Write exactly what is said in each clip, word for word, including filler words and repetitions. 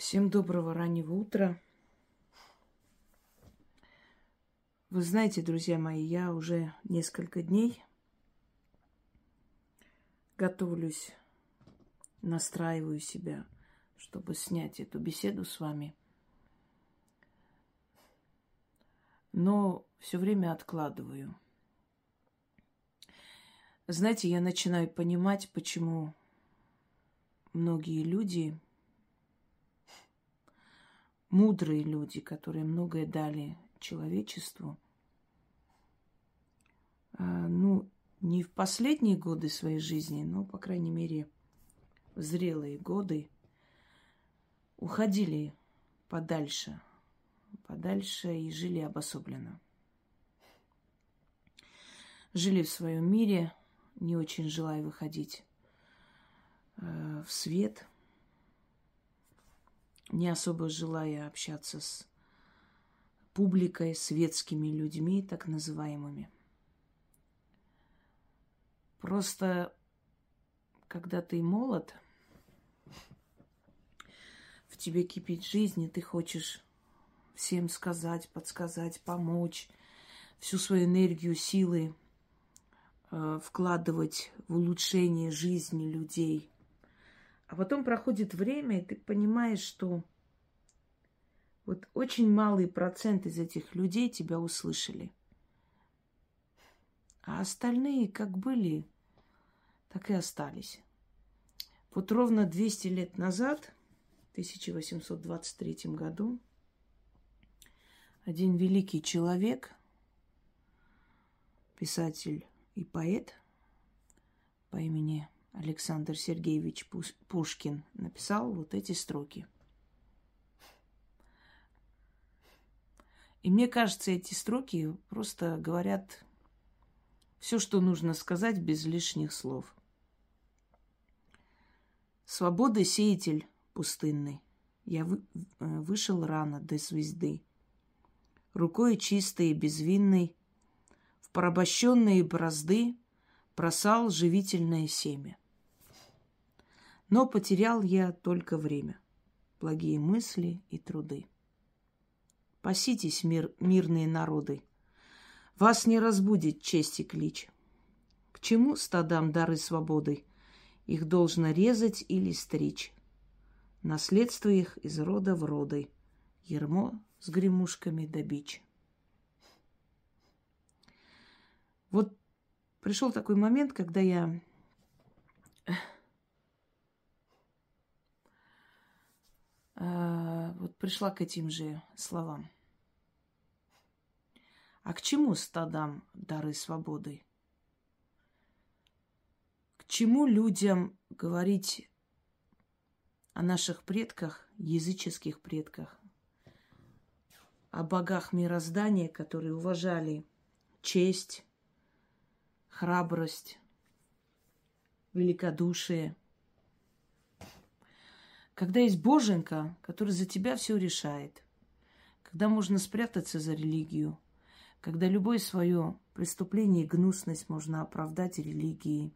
Всем доброго раннего утра. Вы знаете, друзья мои, я уже несколько дней готовлюсь, настраиваю себя, чтобы снять эту беседу с вами. Но все время откладываю. Знаете, я начинаю понимать, почему многие люди, мудрые люди, которые многое дали человечеству, ну, не в последние годы своей жизни, но, по крайней мере, в зрелые годы, уходили подальше, подальше и жили обособленно. Жили в своем мире, не очень желая выходить э, в свет, не особо желая общаться с публикой, светскими людьми, так называемыми. Просто, когда ты молод, в тебе кипит жизнь, и ты хочешь всем сказать, подсказать, помочь, всю свою энергию, силы э, вкладывать в улучшение жизни людей. А потом проходит время, и ты понимаешь, что вот очень малый процент из этих людей тебя услышали. А остальные как были, так и остались. Вот ровно двести лет назад, в тысяча восемьсот двадцать третьем году, один великий человек, писатель и поэт по имени Александр Сергеевич Пушкин написал вот эти строки. И мне кажется, эти строки просто говорят все, что нужно сказать без лишних слов. Свободы сеятель пустынный, я вы, вышел рано до звезды. Рукой чистой и безвинной в порабощенные бразды бросал живительное семя. Но потерял я только время, благие мысли и труды. Паситесь, мир, мирные народы, вас не разбудит честь и клич. К чему стадам дары свободы? Их должно резать или стричь. Наследство их из рода в роды, ярмо с гремушками да бич. Вот пришел такой момент, когда я э, вот пришла к этим же словам. А к чему стадам дары свободы? К чему людям говорить о наших предках, языческих предках, о богах мироздания, которые уважали честь, храбрость, великодушие? Когда есть боженька, который за тебя все решает, когда можно спрятаться за религию, когда любое свое преступление и гнусность можно оправдать религией,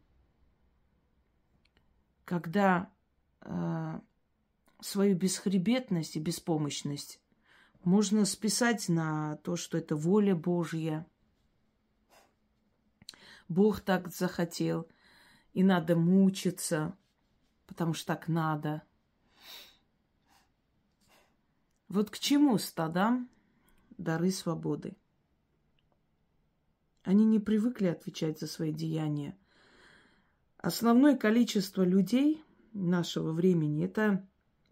когда э, свою бесхребетность и беспомощность можно списать на то, что это воля Божья. Бог так захотел, и надо мучиться, потому что так надо. Вот к чему стадам дары свободы? Они не привыкли отвечать за свои деяния. Основное количество людей нашего времени – это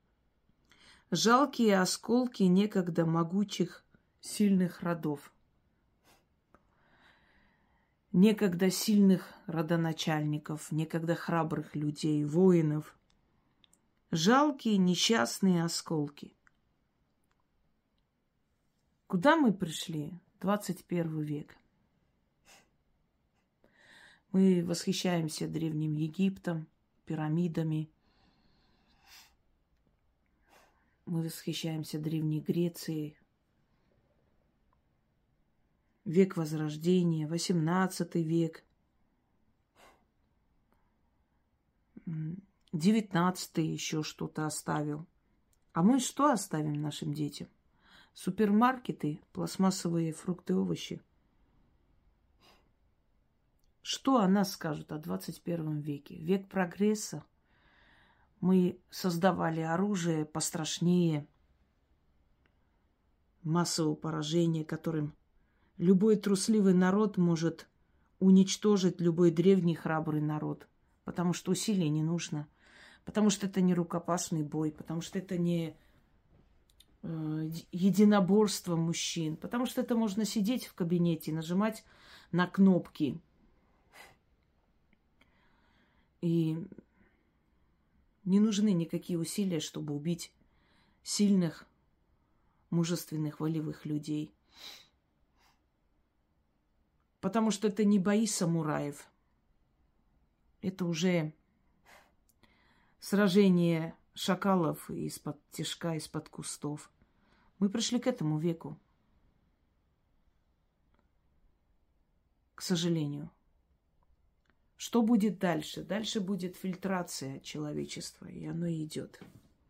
жалкие осколки некогда могучих, сильных родов. Некогда сильных родоначальников, некогда храбрых людей, воинов. Жалкие, несчастные осколки. Куда мы пришли? двадцать первый век. Мы восхищаемся Древним Египтом, пирамидами. Мы восхищаемся Древней Грецией. Век Возрождения, восемнадцатый век, девятнадцатый еще что-то оставил. А мы что оставим нашим детям? Супермаркеты, пластмассовые фрукты, овощи. Что о нас скажут о двадцать первом веке? Век прогресса. Мы создавали оружие пострашнее, массового поражения, которым любой трусливый народ может уничтожить любой древний храбрый народ. Потому что усилий не нужно. Потому что это не рукопашный бой. Потому что это не э, единоборство мужчин. Потому что это можно сидеть в кабинете, нажимать на кнопки. И не нужны никакие усилия, чтобы убить сильных, мужественных, волевых людей. Потому что это не бои самураев. Это уже сражение шакалов из-под тишка, из-под кустов. Мы пришли к этому веку. К сожалению. Что будет дальше? Дальше будет фильтрация человечества, и оно и идет.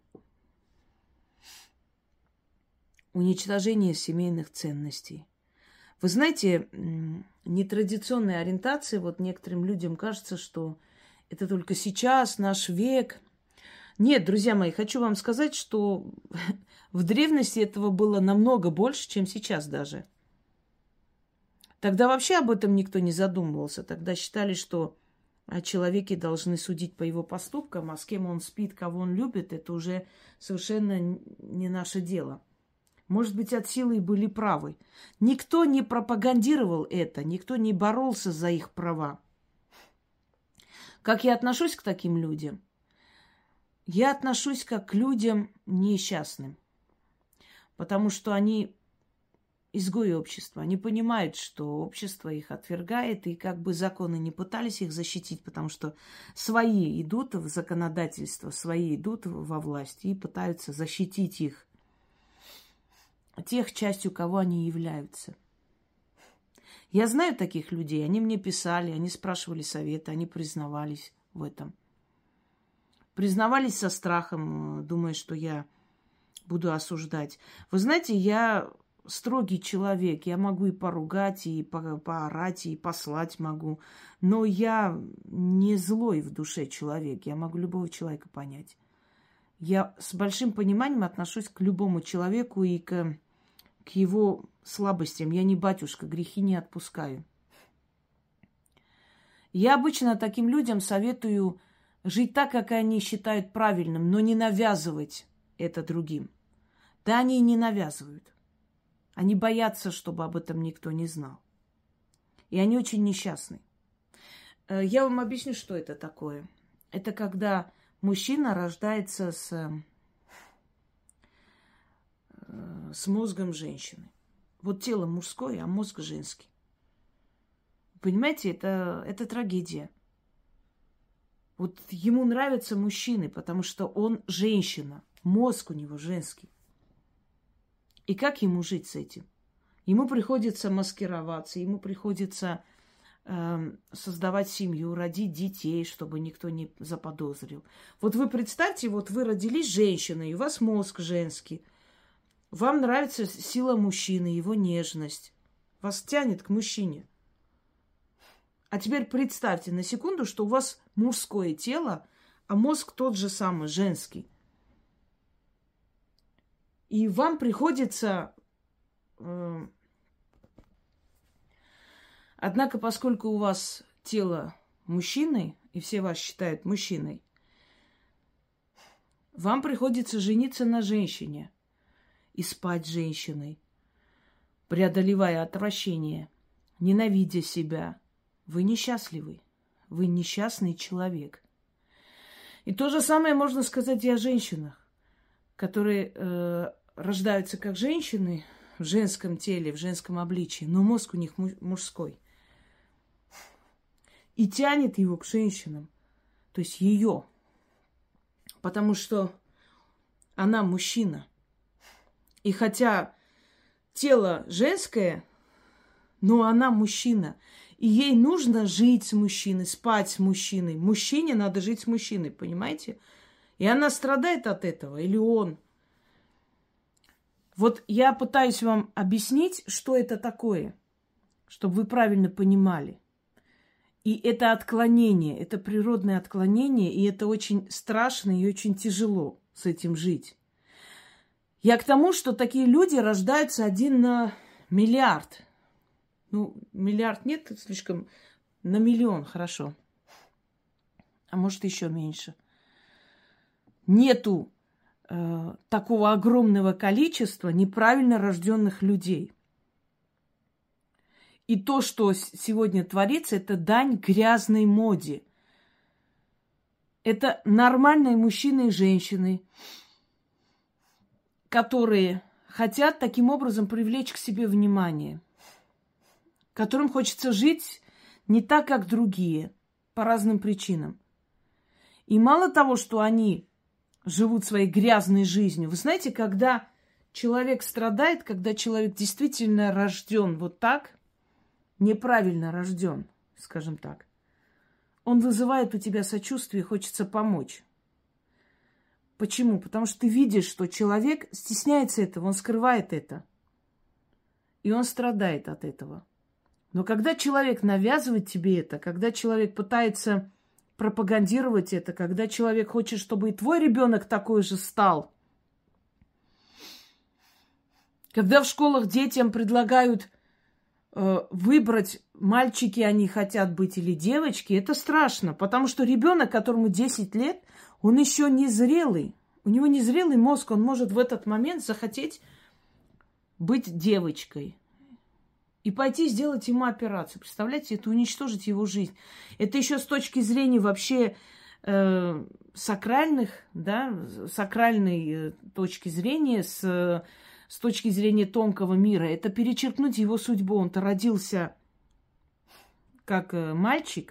Уничтожение семейных ценностей. Вы знаете, нетрадиционная ориентация, вот некоторым людям кажется, что это только сейчас, наш век. Нет, друзья мои, хочу вам сказать, что в древности этого было намного больше, чем сейчас даже. Тогда вообще об этом никто не задумывался. Тогда считали, что о человеке должны судить по его поступкам, а с кем он спит, кого он любит, это уже совершенно не наше дело. Может быть, от силы и были правы. Никто не пропагандировал это, никто не боролся за их права. Как я отношусь к таким людям? Я отношусь как к людям несчастным, потому что они изгои общества. Они понимают, что общество их отвергает, и как бы законы не пытались их защитить, потому что свои идут в законодательство, свои идут во власть и пытаются защитить их, тех, частью кого они являются. Я знаю таких людей, они мне писали, они спрашивали совета, они признавались в этом. Признавались со страхом, думая, что я буду осуждать. Вы знаете, я строгий человек, я могу и поругать, и по- поорать, и послать могу, но я не злой в душе человек, я могу любого человека понять. Я с большим пониманием отношусь к любому человеку и к, к его слабостям. Я не батюшка, грехи не отпускаю. Я обычно таким людям советую жить так, как они считают правильным, но не навязывать это другим. Да, они и не навязывают. Они боятся, чтобы об этом никто не знал. И они очень несчастны. Я вам объясню, что это такое. Это когда мужчина рождается с, с мозгом женщины. Вот тело мужское, а мозг женский. Понимаете, это, это трагедия. Вот ему нравятся мужчины, потому что он женщина. Мозг у него женский. И как ему жить с этим? Ему приходится маскироваться, ему приходится э, создавать семью, родить детей, чтобы никто не заподозрил. Вот вы представьте, вот вы родились женщиной, и у вас мозг женский. Вам нравится сила мужчины, его нежность. Вас тянет к мужчине. А теперь представьте на секунду, что у вас мужское тело, а мозг тот же самый, женский. И вам приходится... Э, однако, поскольку у вас тело мужчины, и все вас считают мужчиной, вам приходится жениться на женщине и спать с женщиной, преодолевая отвращение, ненавидя себя. Вы несчастливы. Вы несчастный человек. И то же самое можно сказать и о женщинах, которые э, рождаются как женщины в женском теле, в женском обличии, но мозг у них мужской. И тянет его к женщинам, то есть ее, потому что она мужчина. И хотя тело женское, но она мужчина. И ей нужно жить с мужчиной, спать с мужчиной. Мужчине надо жить с мужчиной, понимаете? И она страдает от этого, или он. Вот я пытаюсь вам объяснить, что это такое, чтобы вы правильно понимали. И это отклонение, это природное отклонение, и это очень страшно и очень тяжело с этим жить. Я к тому, что такие люди рождаются один на миллиард. Ну, миллиард нет, слишком... На миллион, хорошо. А может, еще меньше. Нету э, такого огромного количества неправильно рожденных людей. И то, что сегодня творится, это дань грязной моде. Это нормальные мужчины и женщины, которые хотят таким образом привлечь к себе внимание, которым хочется жить не так, как другие, по разным причинам. И мало того, что они живут своей грязной жизнью, вы знаете, когда человек страдает, когда человек действительно рожден вот так, неправильно рожден, скажем так, он вызывает у тебя сочувствие, хочется помочь. Почему? Потому что ты видишь, что человек стесняется этого, он скрывает это. И он страдает от этого. Но когда человек навязывает тебе это, когда человек пытается пропагандировать это, когда человек хочет, чтобы и твой ребенок такой же стал, когда в школах детям предлагают э, выбрать, мальчики они хотят быть или девочки, это страшно, потому что ребенок, которому десять лет, он еще не зрелый. У него не зрелый мозг, он может в этот момент захотеть быть девочкой. И пойти сделать ему операцию. Представляете, это уничтожить его жизнь. Это еще с точки зрения вообще э, сакральных, да, сакральной э, точки зрения, с, с точки зрения тонкого мира. Это перечеркнуть его судьбу. Он-то родился как э, мальчик.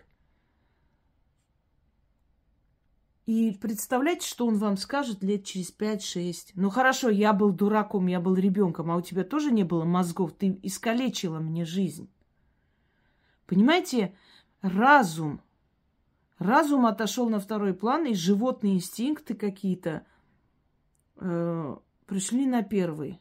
И представляете, что он вам скажет лет через пять-шесть. Ну хорошо, я был дураком, я был ребенком, а у тебя тоже не было мозгов. Ты искалечила мне жизнь. Понимаете, разум. Разум отошел на второй план, и животные инстинкты какие-то э, пришли на первый.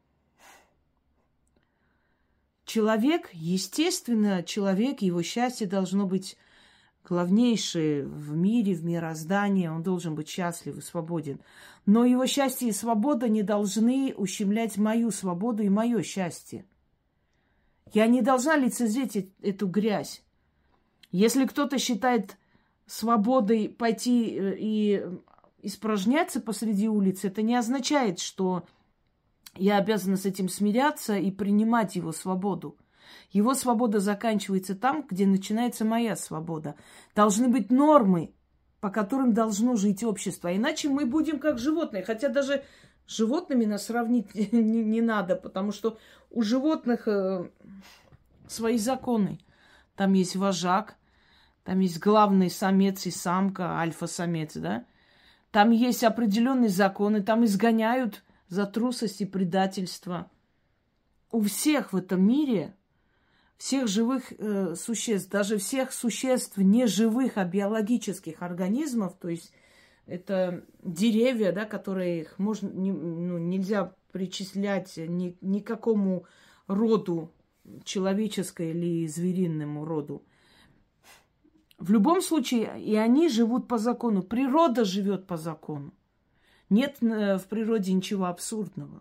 Человек, естественно, человек, его счастье должно быть главнейшее в мире, в мироздании. Он должен быть счастлив и свободен. Но его счастье и свобода не должны ущемлять мою свободу и мое счастье. Я не должна лицезреть эту грязь. Если кто-то считает свободой пойти и испражняться посреди улицы, это не означает, что я обязана с этим смиряться и принимать его свободу. Его свобода заканчивается там, где начинается моя свобода. Должны быть нормы, по которым должно жить общество. Иначе мы будем как животные. Хотя даже с животными нас сравнить не, не надо, потому что у животных э, свои законы. Там есть вожак, там есть главный самец и самка, альфа-самец, да? Там есть определенные законы, там изгоняют за трусость и предательство. У всех в этом мире... Всех живых э, существ, даже всех существ не живых, а биологических организмов, то есть это деревья, да, которые их можно, не, ну, нельзя причислять ни, ни к какому роду, человеческому или звериному роду. В любом случае, и они живут по закону. Природа живет по закону. Нет э, в природе ничего абсурдного.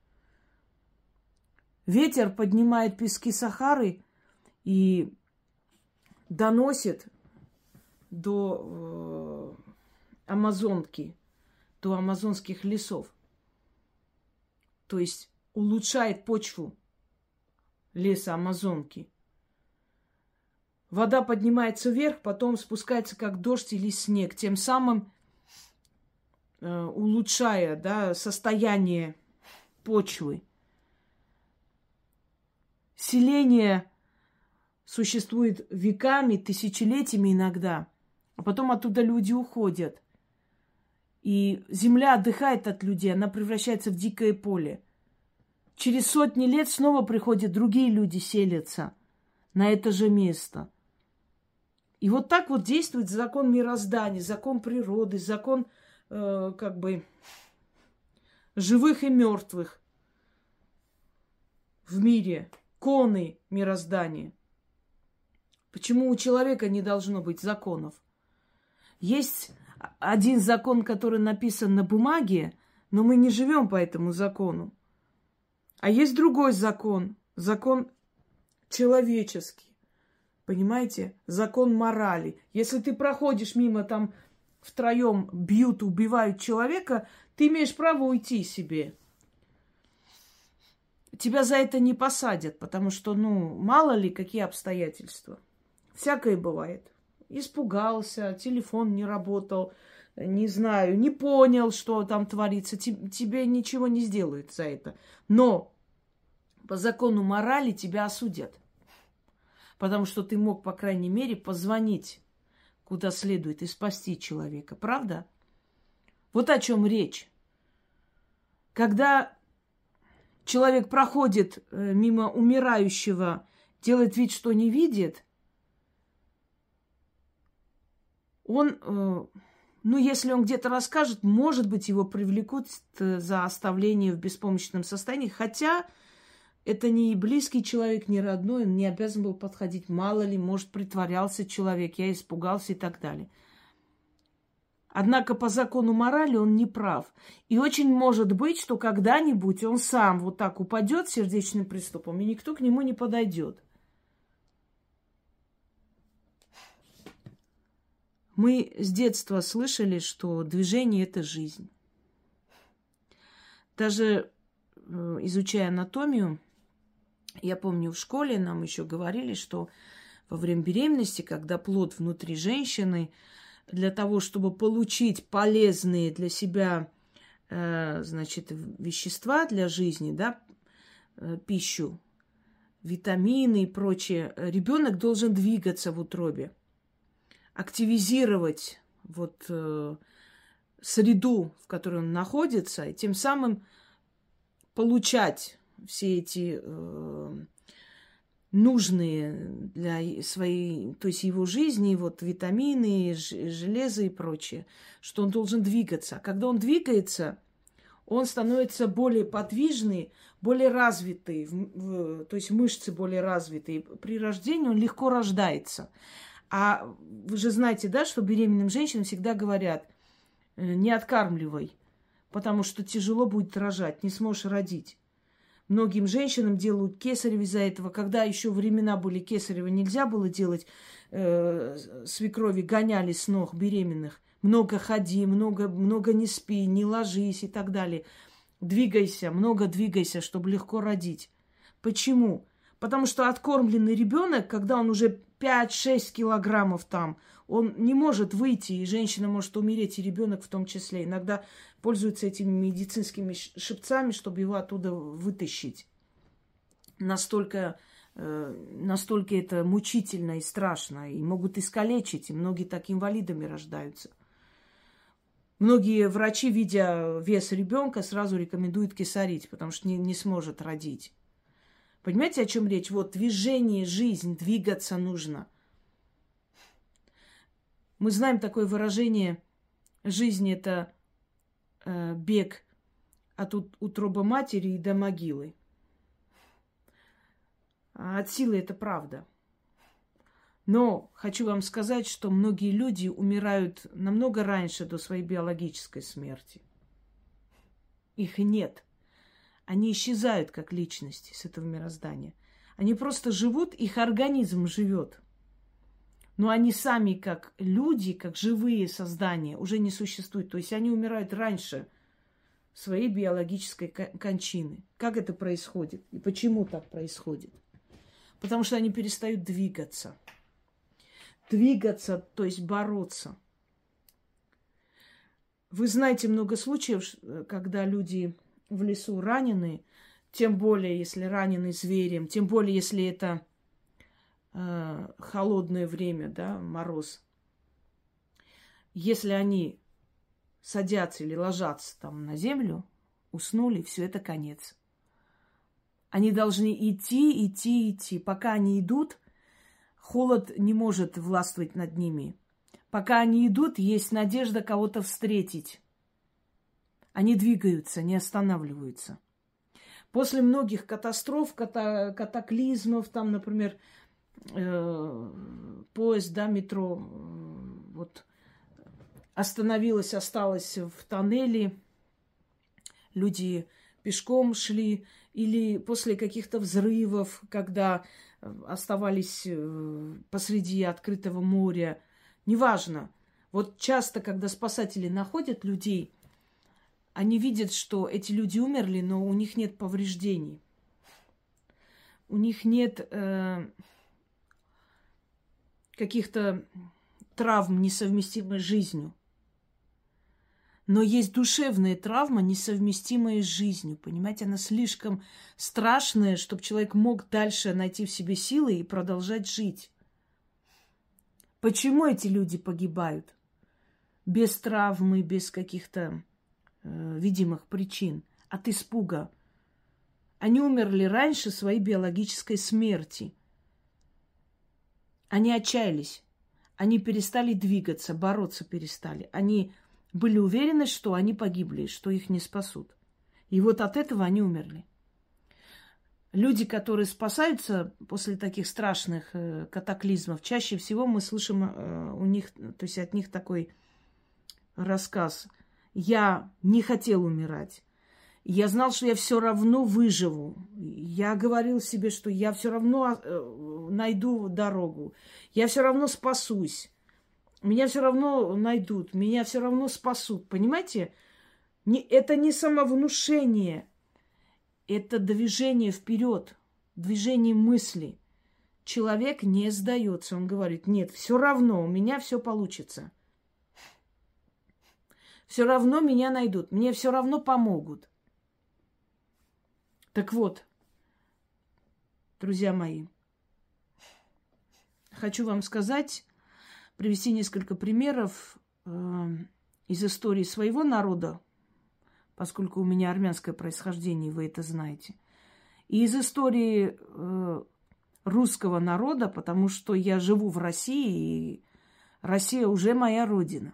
Ветер поднимает пески Сахары и доносит до э, Амазонки, до амазонских лесов. То есть улучшает почву леса Амазонки. Вода поднимается вверх, потом спускается как дождь или снег, тем самым э, улучшая, да, состояние почвы. Селение существует веками, тысячелетиями иногда, а потом оттуда люди уходят. И земля отдыхает от людей, она превращается в дикое поле. Через сотни лет снова приходят другие люди, селятся на это же место. И вот так вот действует закон мироздания, закон природы, закон э, как бы живых и мертвых. в мире, коны мироздания. Почему у человека не должно быть законов? Есть один закон, который написан на бумаге, но мы не живем по этому закону. А есть другой закон, закон человеческий. Понимаете? Закон морали. Если ты проходишь мимо, там втроем бьют, убивают человека, ты имеешь право уйти себе. Тебя за это не посадят, потому что, ну, мало ли какие обстоятельства. Всякое бывает. Испугался, телефон не работал, не знаю, не понял, что там творится. Тебе ничего не сделают за это. Но по закону морали тебя осудят. Потому что ты мог, по крайней мере, позвонить куда следует и спасти человека. Правда? Вот о чем речь. Когда человек проходит мимо умирающего, делает вид, что не видит, он, ну, если он где-то расскажет, может быть, его привлекут за оставление в беспомощном состоянии, хотя это не близкий человек, не родной, он не обязан был подходить. Мало ли, может, притворялся человек, я испугался и так далее. Однако по закону морали он не прав. И очень может быть, что когда-нибудь он сам вот так упадет сердечным приступом, и никто к нему не подойдет. Мы с детства слышали, что движение – это жизнь. Даже изучая анатомию, я помню, в школе нам еще говорили, что во время беременности, когда плод внутри женщины, для того, чтобы получить полезные для себя, э, значит, вещества для жизни, да, э, пищу, витамины и прочее, ребенок должен двигаться в утробе, активизировать вот э, среду, в которой он находится, и тем самым получать все эти э, нужные для своей, то есть его жизни, вот витамины, железо и прочее, что он должен двигаться. Когда он двигается, он становится более подвижный, более развитый, в, в, то есть мышцы более развитые. При рождении он легко рождается. А вы же знаете, да, что беременным женщинам всегда говорят, не откармливай, потому что тяжело будет рожать, не сможешь родить. Многим женщинам делают кесарево из-за этого. Когда еще времена были кесарево, нельзя было делать, э, свекрови гоняли с ног беременных. Много ходи, много, много не спи, не ложись и так далее. Двигайся, много двигайся, чтобы легко родить. Почему? Потому что откормленный ребенок, когда он уже пять-шесть килограммов там, он не может выйти, и женщина может умереть, и ребенок в том числе. Иногда пользуются этими медицинскими шипцами, чтобы его оттуда вытащить. Настолько, э, настолько это мучительно и страшно. И могут искалечить, и многие так инвалидами рождаются. Многие врачи, видя вес ребенка, сразу рекомендуют кесарить, потому что не, не сможет родить. Понимаете, о чем речь? Вот движение, жизнь, двигаться нужно. Мы знаем такое выражение: жизнь – это э, бег от утробы матери и до могилы. А от силы это правда. Но хочу вам сказать, что многие люди умирают намного раньше до своей биологической смерти. Их нет. Они исчезают как личности с этого мироздания. Они просто живут, их организм живет. Но они сами, как люди, как живые создания, уже не существуют. То есть они умирают раньше своей биологической кончины. Как это происходит? И почему так происходит? Потому что они перестают двигаться. Двигаться, то есть бороться. Вы знаете много случаев, когда люди в лесу ранены, тем более, если ранены зверем, тем более, если это э, холодное время, да, мороз. Если они садятся или ложатся там на землю, уснули, все, это конец. Они должны идти, идти, идти. Пока они идут, холод не может властвовать над ними. Пока они идут, есть надежда кого-то встретить. Они двигаются, не останавливаются. После многих катастроф, ката катаклизмов, там, например, э, поезд, да, метро, э, вот, остановилось, осталось в тоннеле, люди пешком шли, или после каких-то взрывов, когда оставались посреди открытого моря, неважно. Вот часто, когда спасатели находят людей, они видят, что эти люди умерли, но у них нет повреждений. У них нет э, каких-то травм, несовместимых с жизнью. Но есть душевная травма, несовместимая с жизнью. Понимаете, она слишком страшная, чтобы человек мог дальше найти в себе силы и продолжать жить. Почему эти люди погибают? Без травмы, без каких-то э, видимых причин. От испуга. Они умерли раньше своей биологической смерти. Они отчаялись. Они перестали двигаться, бороться перестали. Они были уверены, что они погибли, что их не спасут. И вот от этого они умерли. Люди, которые спасаются после таких страшных э, катаклизмов, чаще всего мы слышим э, у них, то есть от них такой рассказ. Я не хотел умирать. Я знал, что я все равно выживу. Я говорил себе, что я все равно э, найду дорогу. Я все равно спасусь. Меня все равно найдут, меня все равно спасут. Понимаете? Не, это не самовнушение, это движение вперед, движение мысли. Человек не сдается, он говорит, нет, все равно, у меня все получится. Все равно меня найдут, мне все равно помогут. Так вот, друзья мои, хочу вам сказать, привести несколько примеров э, из истории своего народа, поскольку у меня армянское происхождение, вы это знаете, и из истории э, русского народа, потому что я живу в России, и Россия уже моя родина.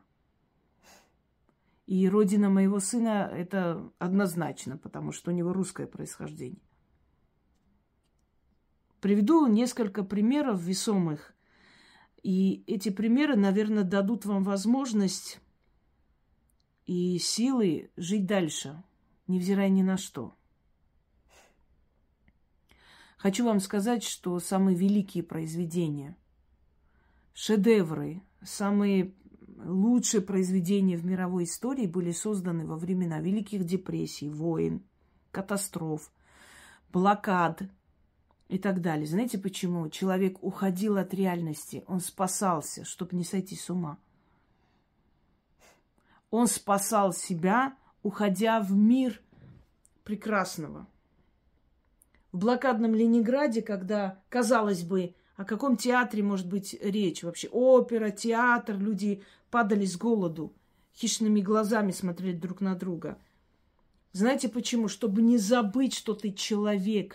И родина моего сына – это однозначно, потому что у него русское происхождение. Приведу несколько примеров весомых. И эти примеры, наверное, дадут вам возможность и силы жить дальше, невзирая ни на что. Хочу вам сказать, что самые великие произведения, шедевры, самые лучшие произведения в мировой истории были созданы во времена Великих депрессий, войн, катастроф, блокад и так далее. Знаете почему? Человек уходил от реальности, он спасался, чтобы не сойти с ума. Он спасал себя, уходя в мир прекрасного. В блокадном Ленинграде, когда, казалось бы, о каком театре может быть речь? Вообще опера, театр, люди падали с голоду, хищными глазами смотрели друг на друга. Знаете почему? Чтобы не забыть, что ты человек.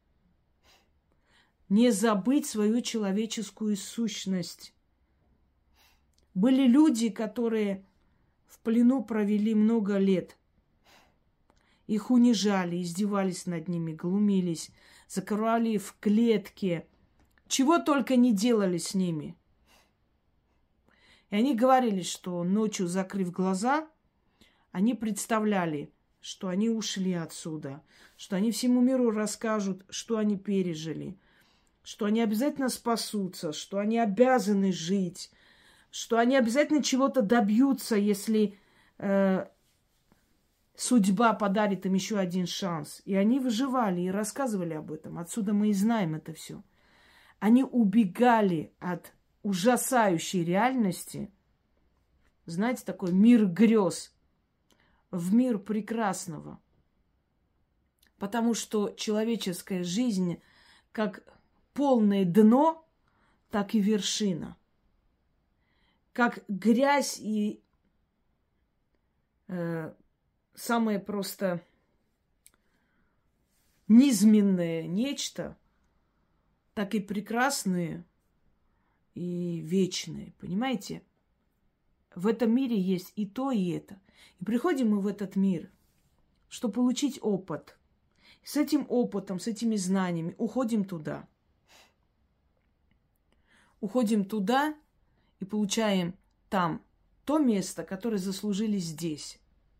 Не забыть свою человеческую сущность. Были люди, которые в плену провели много лет. Их унижали, издевались над ними, глумились, закрывали в клетке. Чего только не делали с ними. И они говорили, что ночью, закрыв глаза, они представляли, что они ушли отсюда, что они всему миру расскажут, что они пережили, что они обязательно спасутся, что они обязаны жить, что они обязательно чего-то добьются, если э, судьба подарит им еще один шанс. И они выживали и рассказывали об этом. Отсюда мы и знаем это все. Они убегали от ужасающей реальности, знаете, такой мир грез, в мир прекрасного. Потому что человеческая жизнь как полное дно, так и вершина. Как грязь и э, самое просто низменное нечто, так и прекрасные и вечные. Понимаете? В этом мире есть и то, и это. И приходим мы в этот мир, чтобы получить опыт. С этим опытом, с этими знаниями уходим туда. Уходим туда и получаем там то место, которое заслужили здесь.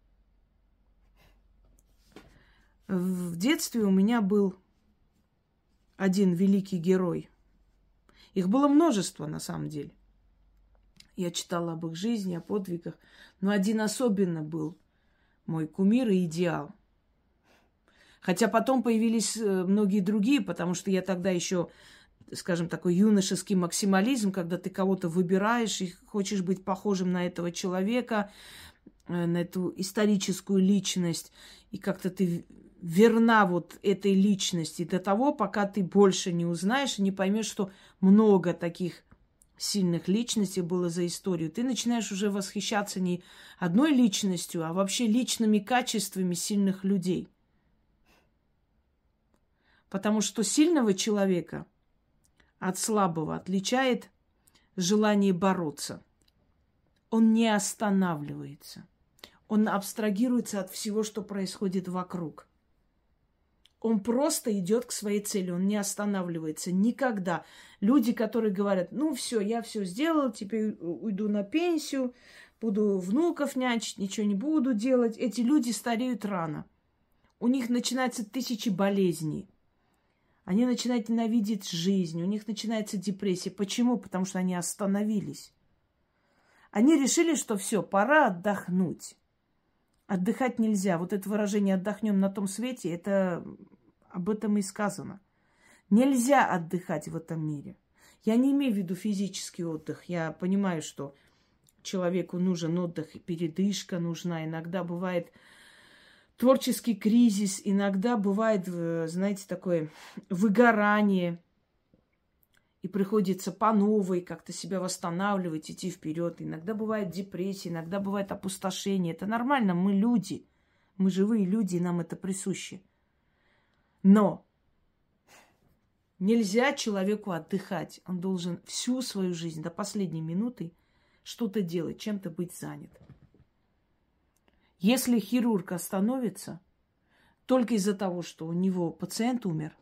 В детстве у меня был один великий герой. Их было множество, на самом деле. Я читала об их жизни, о подвигах. Но один особенно был мой кумир и идеал. Хотя потом появились многие другие, потому что я тогда еще, скажем, такой юношеский максимализм, когда ты кого-то выбираешь и хочешь быть похожим на этого человека, на эту историческую личность, и как-то ты верна вот этой личности до того, пока ты больше не узнаешь и не поймешь, что много таких сильных личностей было за историю. Ты начинаешь уже восхищаться не одной личностью, а вообще личными качествами сильных людей. Потому что сильного человека от слабого отличает желание бороться. Он не останавливается. Он абстрагируется от всего, что происходит вокруг. Он просто идет к своей цели, он не останавливается никогда. Люди, которые говорят, ну все, я все сделал, теперь уйду на пенсию, буду внуков нянчить, ничего не буду делать. Эти люди стареют рано. У них начинаются тысячи болезней. Они начинают ненавидеть жизнь, у них начинается депрессия. Почему? Потому что они остановились. Они решили, что все, пора отдохнуть. Отдыхать нельзя. Вот это выражение «отдохнем на том свете», это об этом и сказано. Нельзя отдыхать в этом мире. Я не имею в виду физический отдых. Я понимаю, что человеку нужен отдых, передышка нужна. Иногда бывает творческий кризис, иногда бывает, знаете, такое выгорание. И приходится по новой как-то себя восстанавливать, идти вперед. Иногда бывает депрессия, иногда бывает опустошение. Это нормально, мы люди. Мы живые люди, и нам это присуще. Но нельзя человеку отдыхать. Он должен всю свою жизнь до последней минуты что-то делать, чем-то быть занят. Если хирург остановится только из-за того, что у него пациент умер,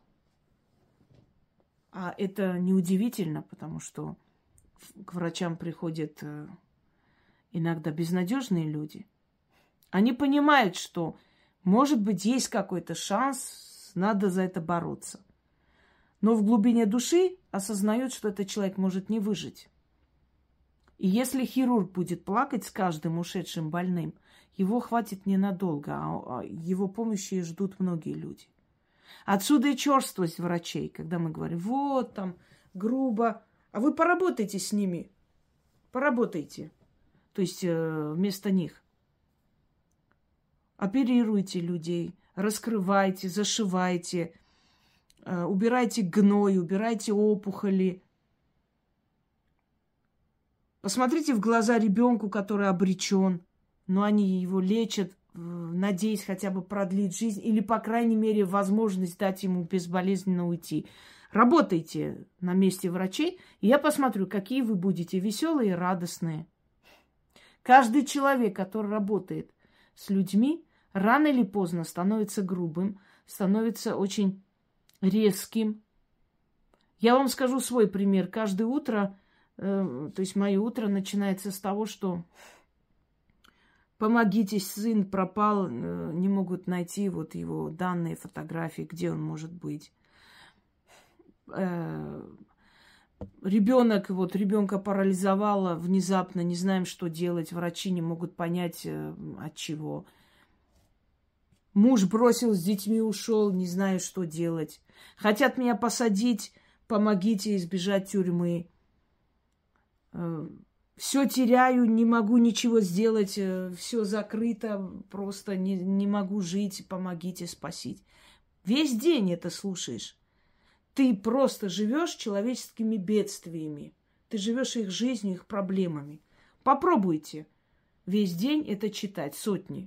а это неудивительно, потому что к врачам приходят иногда безнадежные люди. Они понимают, что, может быть, есть какой-то шанс, надо за это бороться. Но в глубине души осознают, что этот человек может не выжить. И если хирург будет плакать с каждым ушедшим больным, его хватит ненадолго, а его помощи ждут многие люди. Отсюда и черствость врачей, когда мы говорим, вот там, грубо. А вы поработайте с ними. Поработайте. То есть э, вместо них. Оперируйте людей, раскрывайте, зашивайте, э, убирайте гной, убирайте опухоли. Посмотрите в глаза ребенку, который обречен, но они его лечат, надеясь хотя бы продлить жизнь или, по крайней мере, возможность дать ему безболезненно уйти. Работайте на месте врачей, и я посмотрю, какие вы будете веселые и радостные. Каждый человек, который работает с людьми, рано или поздно становится грубым, становится очень резким. Я вам скажу свой пример. Каждое утро, э, то есть мое утро начинается с того, что помогите, сын пропал, не могут найти вот его данные, фотографии, где он может быть. Ребенок, вот ребенка парализовало внезапно, не знаем, что делать, врачи не могут понять, от чего. Муж бросил с детьми, ушел, не знаю, что делать. Хотят меня посадить, помогите избежать тюрьмы. Все теряю, не могу ничего сделать, все закрыто, просто не, не могу жить, помогите, спасите. Весь день это слушаешь. Ты просто живешь человеческими бедствиями. Ты живешь их жизнью, их проблемами. Попробуйте весь день это читать, сотни.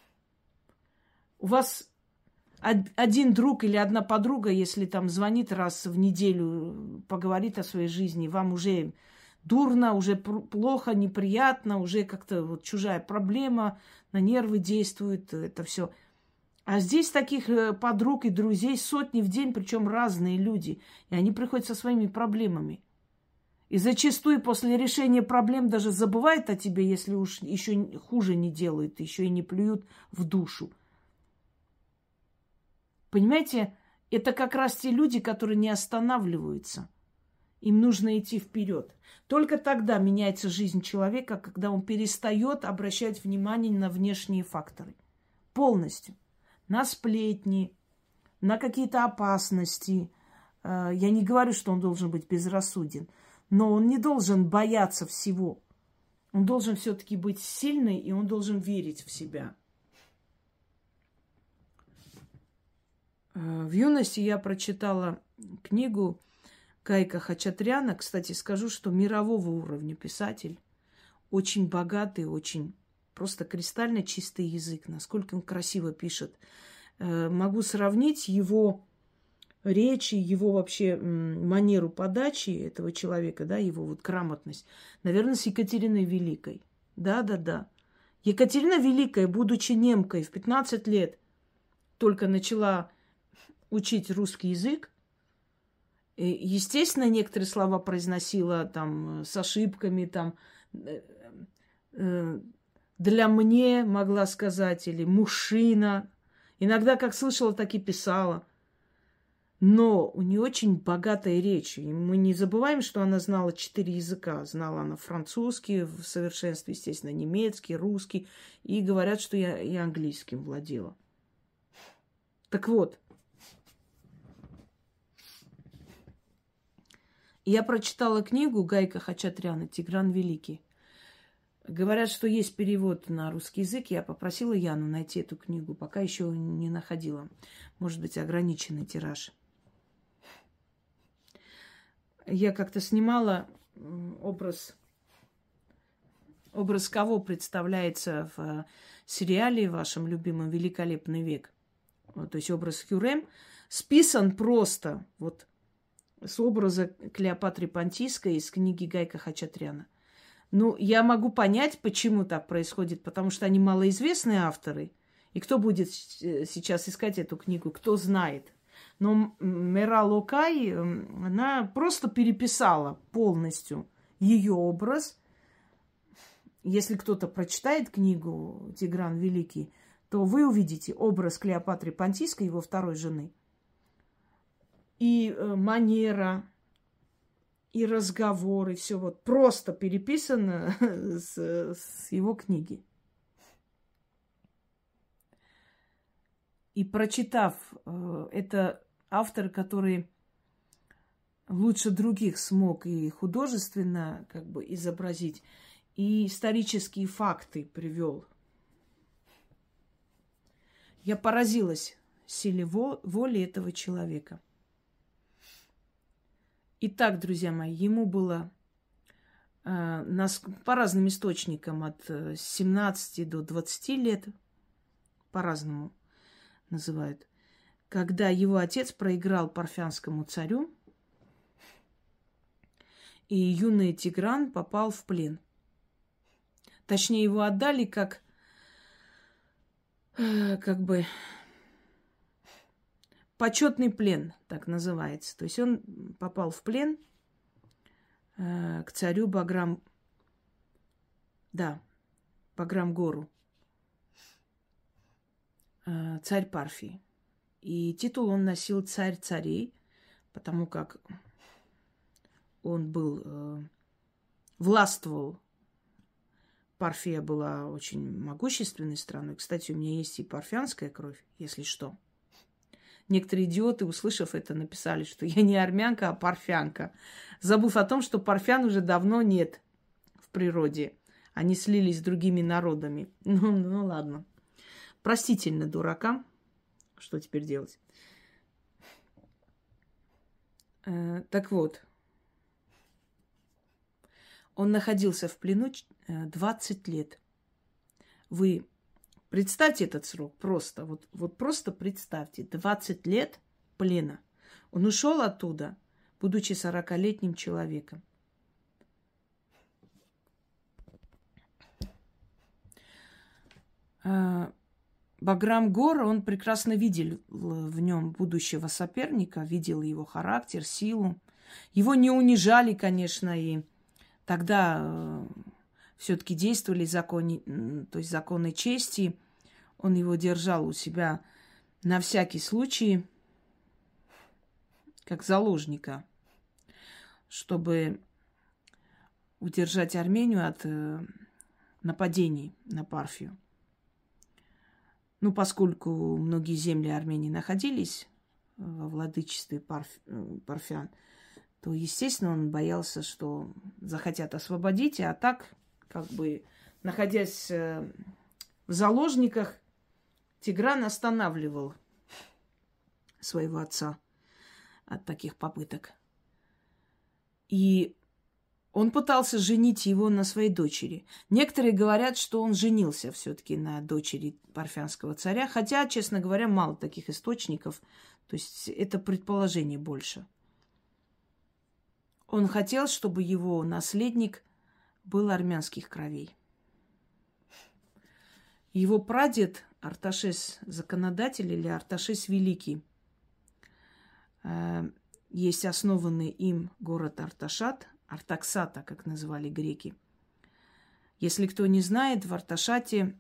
У вас один друг или одна подруга, если там звонит раз в неделю, поговорит о своей жизни, вам уже дурно, уже плохо, неприятно, уже как-то вот чужая проблема, на нервы действует, это все. А здесь таких э, подруг и друзей сотни в день, причем разные люди. И они приходят со своими проблемами. И зачастую после решения проблем даже забывают о тебе, если уж еще хуже не делают, еще и не плюют в душу. Понимаете, это как раз те люди, которые не останавливаются. Им нужно идти вперед. Только тогда меняется жизнь человека, когда он перестает обращать внимание на внешние факторы. Полностью. На сплетни, на какие-то опасности. Я не говорю, что он должен быть безрассуден, но он не должен бояться всего. Он должен все-таки быть сильный, и он должен верить в себя. В юности я прочитала книгу Гайка Хачатряна. Кстати, скажу, что мирового уровня писатель. Очень богатый, очень просто кристально чистый язык. Насколько он красиво пишет. Могу сравнить его речи, его вообще манеру подачи этого человека, да, его вот грамотность, наверное, с Екатериной Великой. Да-да-да. Екатерина Великая, будучи немкой, в пятнадцать лет только начала учить русский язык. И, естественно, некоторые слова произносила там с ошибками, там э, э, для мне могла сказать, или мужчина. Иногда, как слышала, так и писала. Но у нее очень богатая речь. И мы не забываем, что она знала четыре языка. Знала она французский в совершенстве, естественно, немецкий, русский. И говорят, что я и английским владела. Так вот. Я прочитала книгу Гайка Хачатряна «Тигран Великий». Говорят, что есть перевод на русский язык. Я попросила Яну найти эту книгу. Пока еще не находила. Может быть, ограниченный тираж. Я как-то снимала образ, образ кого представляется в сериале вашем любимом «Великолепный век». Вот, то есть образ Хюррем списан просто вот с образа Клеопатры Понтийской из книги Гайка Хачатряна. Ну, я могу понять, почему так происходит, потому что они малоизвестные авторы. И кто будет сейчас искать эту книгу, кто знает. Но Мерал Окай, она просто переписала полностью ее образ. Если кто-то прочитает книгу «Тигран Великий», то вы увидите образ Клеопатры Понтийской, его второй жены. И манера, и разговоры, все вот просто переписано с, с его книги. И прочитав, это автор, который лучше других смог и художественно как бы изобразить, и исторические факты привел. Я поразилась силе воли этого человека. Итак, друзья мои, ему было э, нас, по разным источникам от семнадцати до двадцати лет, по-разному называют, когда его отец проиграл парфянскому царю, и юный Тигран попал в плен. Точнее, его отдали как, э, как бы... почетный плен, так называется. То есть он попал в плен э, к царю Баграм... Да, Баграм-гору. Э, царь Парфии. И титул он носил царь царей, потому как он был... Э, властвовал. Парфия была очень могущественной страной. Кстати, у меня есть и парфянская кровь, если что. Некоторые идиоты, услышав это, написали, что я не армянка, а парфянка. Забыв о том, что парфян уже давно нет в природе. Они слились с другими народами. Ну, ну ладно. Простительно дуракам. Что теперь делать? Э, так вот. Он находился в плену двадцать лет. Вы... Представьте этот срок просто. Вот, вот просто представьте. двадцать лет плена. Он ушел оттуда, будучи сорокалетним человеком. Баграм-Гор, он прекрасно видел в нем будущего соперника, видел его характер, силу. Его не унижали, конечно, и тогда э, все-таки действовали законы, то есть законы чести. Он его держал у себя на всякий случай, как заложника, чтобы удержать Армению от э, нападений на Парфию. Ну, поскольку многие земли Армении находились во владычестве парф... парфян, то, естественно, он боялся, что захотят освободить, а так, как бы, находясь в заложниках, Тигран останавливал своего отца от таких попыток. И он пытался женить его на своей дочери. Некоторые говорят, что он женился все-таки на дочери парфянского царя, хотя, честно говоря, мало таких источников. То есть это предположение больше. Он хотел, чтобы его наследник был армянских кровей. Его прадед Арташес Законодатель или Арташес Великий, есть основанный им город Арташат, Артаксата, как называли греки. Если кто не знает, в Арташате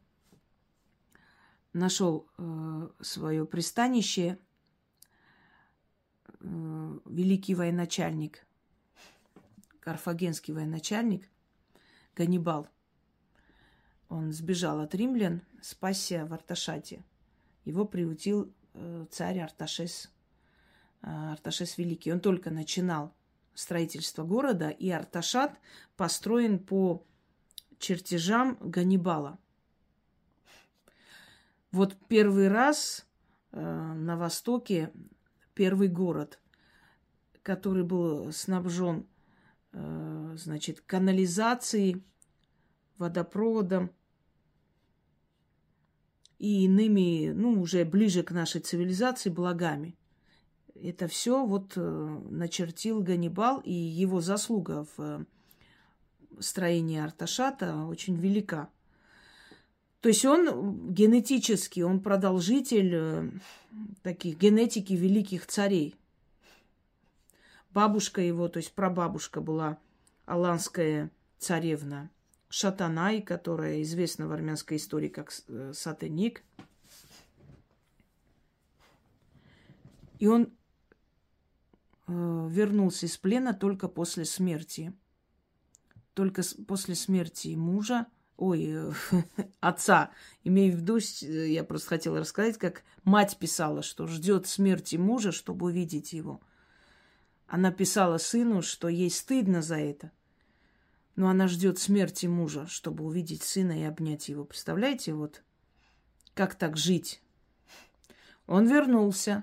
нашел э, свое пристанище э, великий военачальник, карфагенский военачальник Ганнибал. Он сбежал от римлян, спасся в Арташате. Его приютил э, царь Арташес, э, Арташес Великий. Он только начинал строительство города, и Арташат построен по чертежам Ганнибала. Вот первый раз э, на Востоке первый город, который был снабжен э, значит, канализацией, водопроводом и иными, ну, уже ближе к нашей цивилизации, благами. Это все вот э, начертил Ганнибал, и его заслуга в э, строении Арташата очень велика. То есть он генетически, он продолжитель э, таких генетики великих царей. Бабушка его, то есть прабабушка была аланская царевна Шатанай, которая известна в армянской истории как э, Сатеник. И он вернулся из плена только после смерти. Только после смерти мужа, ой, отца. Имею в виду, я просто хотела рассказать, как мать писала, что ждет смерти мужа, чтобы увидеть его. Она писала сыну, что ей стыдно за это. Но она ждет смерти мужа, чтобы увидеть сына и обнять его. Представляете, вот как так жить? Он вернулся.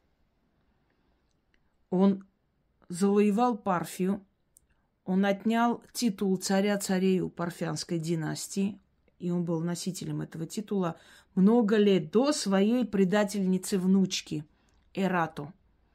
Он завоевал Парфию, он отнял титул царя царей у парфянской династии, и он был носителем этого титула много лет до своей предательницы-внучки Эрато,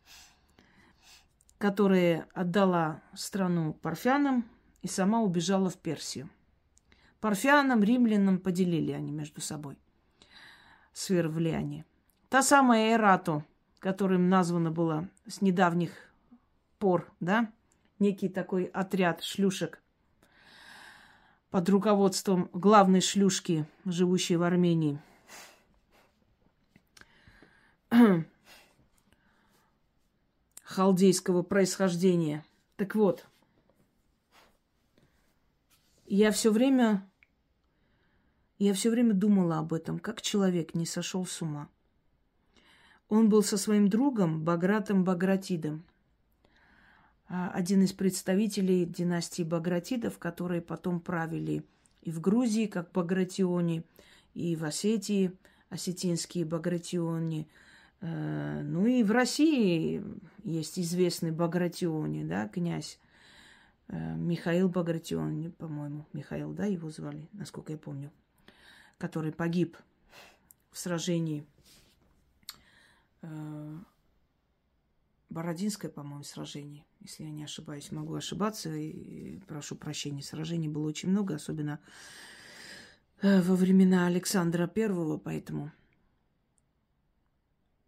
которая отдала страну парфянам и сама убежала в Персию. Парфянам, римлянам поделили они между собой сферу влияния. Та самая Эрато, которым названо было с недавних пор, да, некий такой отряд шлюшек под руководством главной шлюшки, живущей в Армении. Халдейского происхождения. Так вот, я все время, я все время думала об этом, как человек не сошел с ума. Он был со своим другом Багратом Багратидом, один из представителей династии Багратидов, которые потом правили и в Грузии, как Багратиони, и в Осетии, осетинские Багратиони. Ну и в России есть известный Багратиони, да, князь Михаил Багратиони, по-моему, Михаил, да, его звали, насколько я помню, который погиб в сражении. Бородинское, по-моему, сражение, если я не ошибаюсь. Могу ошибаться, и прошу прощения. Сражений было очень много, особенно во времена Александра Первого, поэтому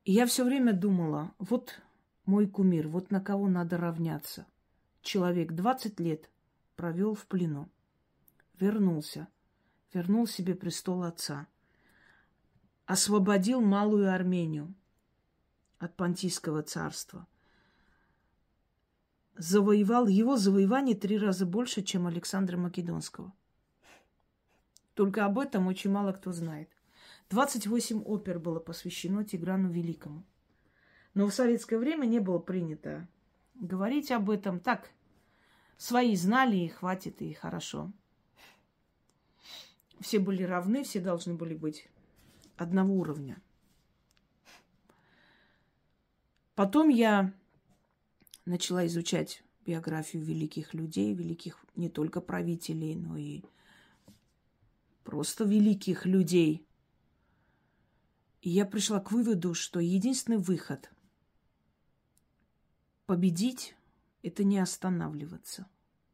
И я все время думала, вот мой кумир, вот на кого надо равняться. Человек двадцать лет провел в плену, вернулся, вернул себе престол отца, освободил Малую Армению от Понтийского царства, завоевал, его завоевание три раза больше, чем Александра Македонского. Только об этом очень мало кто знает. двадцать восемь опер было посвящено Тиграну Великому. Но в советское время не было принято говорить об этом. Так, свои знали, и хватит, и хорошо. Все были равны, все должны были быть одного уровня. Потом я начала изучать биографию великих людей, великих не только правителей, но и просто великих людей. И я пришла к выводу, что единственный выход победить – это не останавливаться.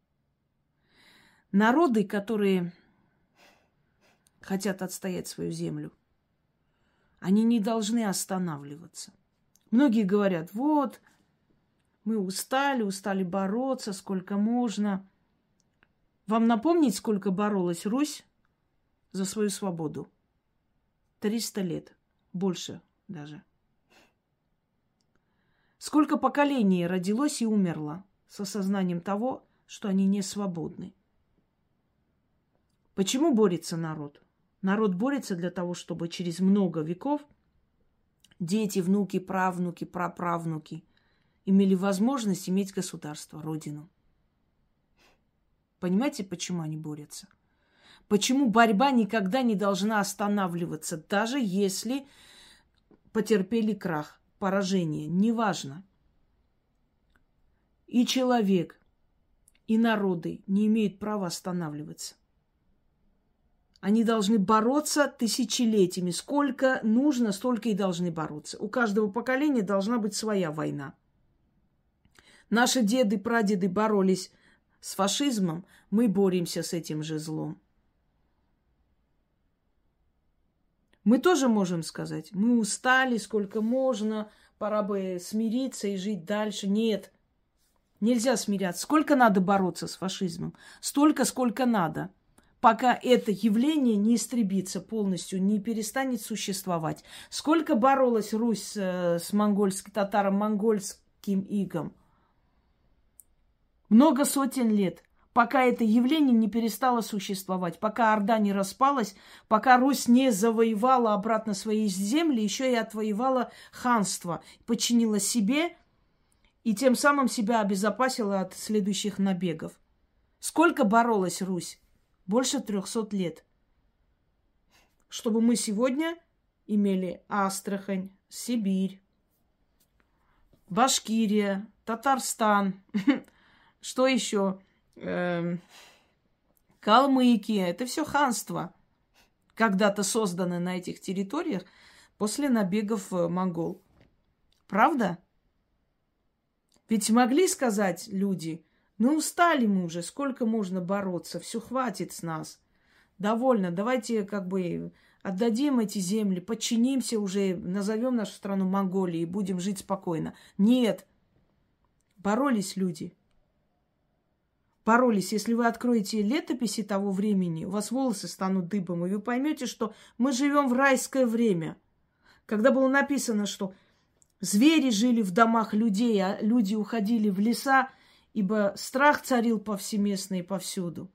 Народы, которые хотят отстоять свою землю, они не должны останавливаться. Многие говорят, вот, мы устали, устали бороться, сколько можно. Вам напомнить, сколько боролась Русь за свою свободу? Триста лет. Больше даже. Сколько поколений родилось и умерло с осознанием того, что они не свободны. Почему борется народ? Народ борется для того, чтобы через много веков дети, внуки, правнуки, праправнуки имели возможность иметь государство, родину. Понимаете, почему они борются? Почему борьба никогда не должна останавливаться, даже если потерпели крах, поражение, неважно. И человек, и народы не имеют права останавливаться. Они должны бороться тысячелетиями. Сколько нужно, столько и должны бороться. У каждого поколения должна быть своя война. Наши деды, прадеды боролись с фашизмом, мы боремся с этим же злом. Мы тоже можем сказать, мы устали, сколько можно, пора бы смириться и жить дальше. Нет, нельзя смиряться. Сколько надо бороться с фашизмом? Столько, сколько надо, пока это явление не истребится полностью, не перестанет существовать. Сколько боролась Русь с монгольским, татаро-монгольским игом? Много сотен лет. Пока это явление не перестало существовать, пока Орда не распалась, пока Русь не завоевала обратно свои земли, еще и отвоевала ханство, подчинила себе и тем самым себя обезопасила от следующих набегов. Сколько боролась Русь? Больше трехсот лет. Чтобы мы сегодня имели Астрахань, Сибирь, Башкирия, Татарстан, что еще? Калмыкия. Это все ханства, когда-то созданы на этих территориях после набегов монгол. Правда? Ведь могли сказать люди, ну устали мы уже, сколько можно бороться, все хватит с нас. Довольно, давайте как бы отдадим эти земли, подчинимся уже, назовем нашу страну Монголией и будем жить спокойно. Нет. Боролись люди. Боролись. Если вы откроете летописи того времени, у вас волосы станут дыбом, и вы поймете, что мы живем в райское время. Когда было написано, что звери жили в домах людей, а люди уходили в леса, ибо страх царил повсеместно и повсюду.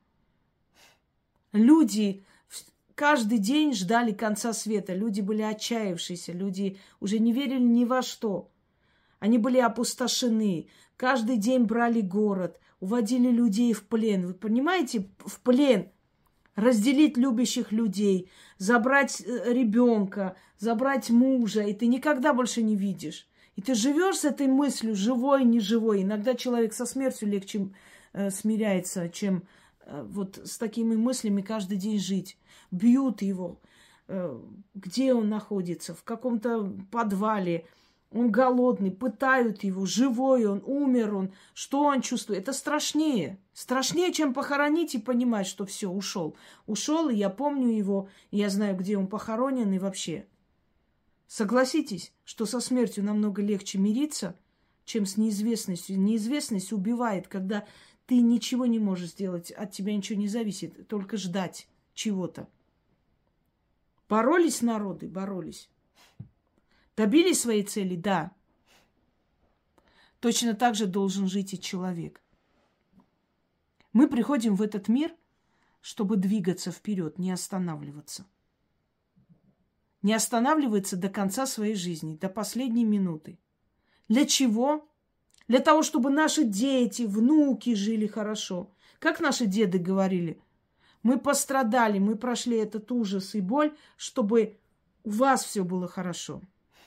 Люди каждый день ждали конца света. Люди были отчаявшиеся, люди уже не верили ни во что. Они были опустошены. Каждый день брали город, уводили людей в плен. Вы понимаете, в плен. Разделить любящих людей, забрать ребенка, забрать мужа, и ты никогда больше не видишь. И ты живешь с этой мыслью, живой, неживой. Иногда человек со смертью легче э, смиряется, чем э, вот с такими мыслями каждый день жить. Бьют его, э, где он находится, в каком-то подвале. Он голодный, пытают его, живой он, умер он. Что он чувствует? Это страшнее. Страшнее, чем похоронить и понимать, что все, ушел. Ушел, и я помню его, и я знаю, где он похоронен, и вообще. Согласитесь, что со смертью намного легче мириться, чем с неизвестностью. Неизвестность убивает, когда ты ничего не можешь сделать, от тебя ничего не зависит, только ждать чего-то. Боролись народы, боролись. Добились своей цели, да. Точно так же должен жить и человек. Мы приходим в этот мир, чтобы двигаться вперед, не останавливаться. Не останавливаться до конца своей жизни, до последней минуты. Для чего? Для того, чтобы наши дети, внуки жили хорошо. Как наши деды говорили, мы пострадали, мы прошли этот ужас и боль, чтобы у вас все было хорошо.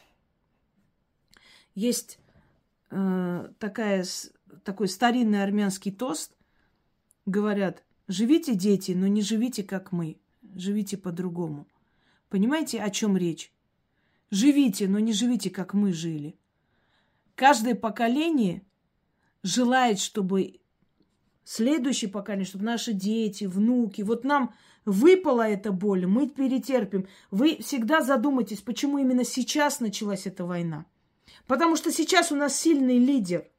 Есть э, такая, такой старинный армянский тост. Говорят, живите, дети, но не живите, как мы. Живите по-другому. Понимаете, о чем речь? Живите, но не живите, как мы жили. Каждое поколение желает, чтобы следующее поколение, чтобы наши дети, внуки, вот нам выпала эта боль, мы перетерпим. Вы всегда задумайтесь, почему именно сейчас началась эта война. Потому что сейчас у нас сильный лидер.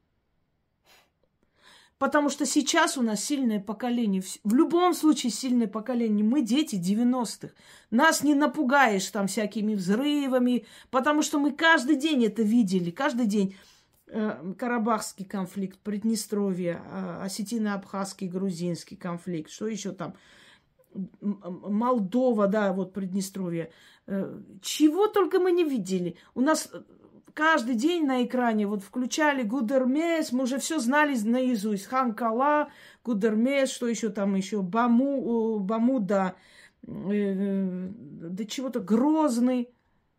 Потому что сейчас у нас сильное поколение. В любом случае сильное поколение. Мы дети девяностых. Нас не напугаешь там всякими взрывами, потому что мы каждый день это видели. Каждый день э, Карабахский конфликт, Приднестровье, э, Осетино-Абхазский, грузинский конфликт. Что еще там? Молдова, да, вот Приднестровье. Э, чего только мы не видели. У нас... Каждый день на экране вот включали Гудермес, мы уже все знали наизусть. Ханкала, Гудермес, что еще там еще, Баму, Бамуда, э, да чего-то Грозный.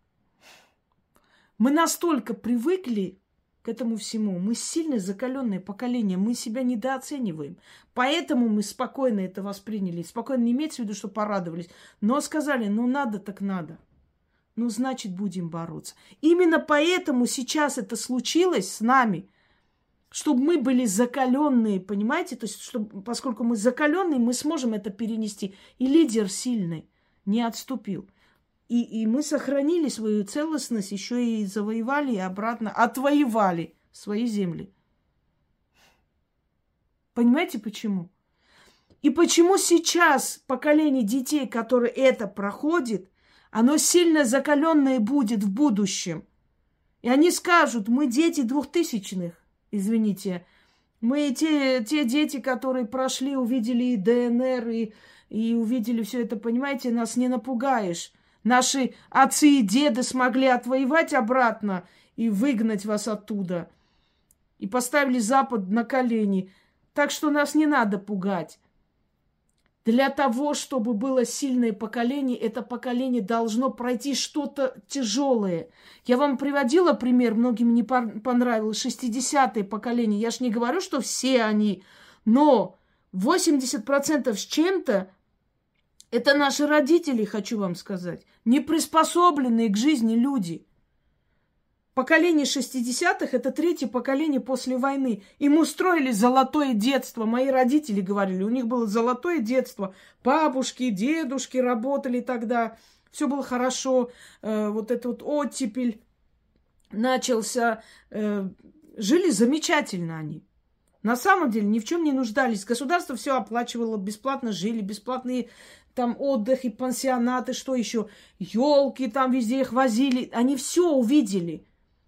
Мы настолько привыкли к этому всему. Мы сильно закаленное поколение, мы себя недооцениваем. Поэтому мы спокойно это восприняли. Спокойно не имеется в виду, что порадовались, но сказали, ну надо так надо. Ну, значит, будем бороться. Именно поэтому сейчас это случилось с нами, чтобы мы были закаленные, понимаете? То есть, чтобы, поскольку мы закаленные, мы сможем это перенести. И лидер сильный не отступил. И, и мы сохранили свою целостность, еще и завоевали, и обратно отвоевали свои земли. Понимаете, почему? И почему сейчас поколение детей, которые это проходит, оно сильно закаленное будет в будущем. И они скажут, мы дети двухтысячных, извините. Мы те, те дети, которые прошли, увидели и ДНР, и, и увидели все это, понимаете, нас не напугаешь. Наши отцы и деды смогли отвоевать обратно и выгнать вас оттуда. И поставили Запад на колени. Так что нас не надо пугать. Для того, чтобы было сильное поколение, это поколение должно пройти что-то тяжелое. Я вам приводила пример, многим не понравилось, шестидесятые поколение. Я ж не говорю, что все они, но восемьдесят процентов с чем-то это наши родители, хочу вам сказать, не приспособленные к жизни люди. Поколение шестидесятых – это третье поколение после войны. Им устроили золотое детство. Мои родители говорили, у них было золотое детство. Бабушки, дедушки работали тогда. Все было хорошо. Э, вот этот вот оттепель начался. Э, жили замечательно они. На самом деле ни в чем не нуждались. Государство все оплачивало, бесплатно жили, бесплатные там отдыхи, пансионаты, что еще. Елки там везде их возили. Они все увидели.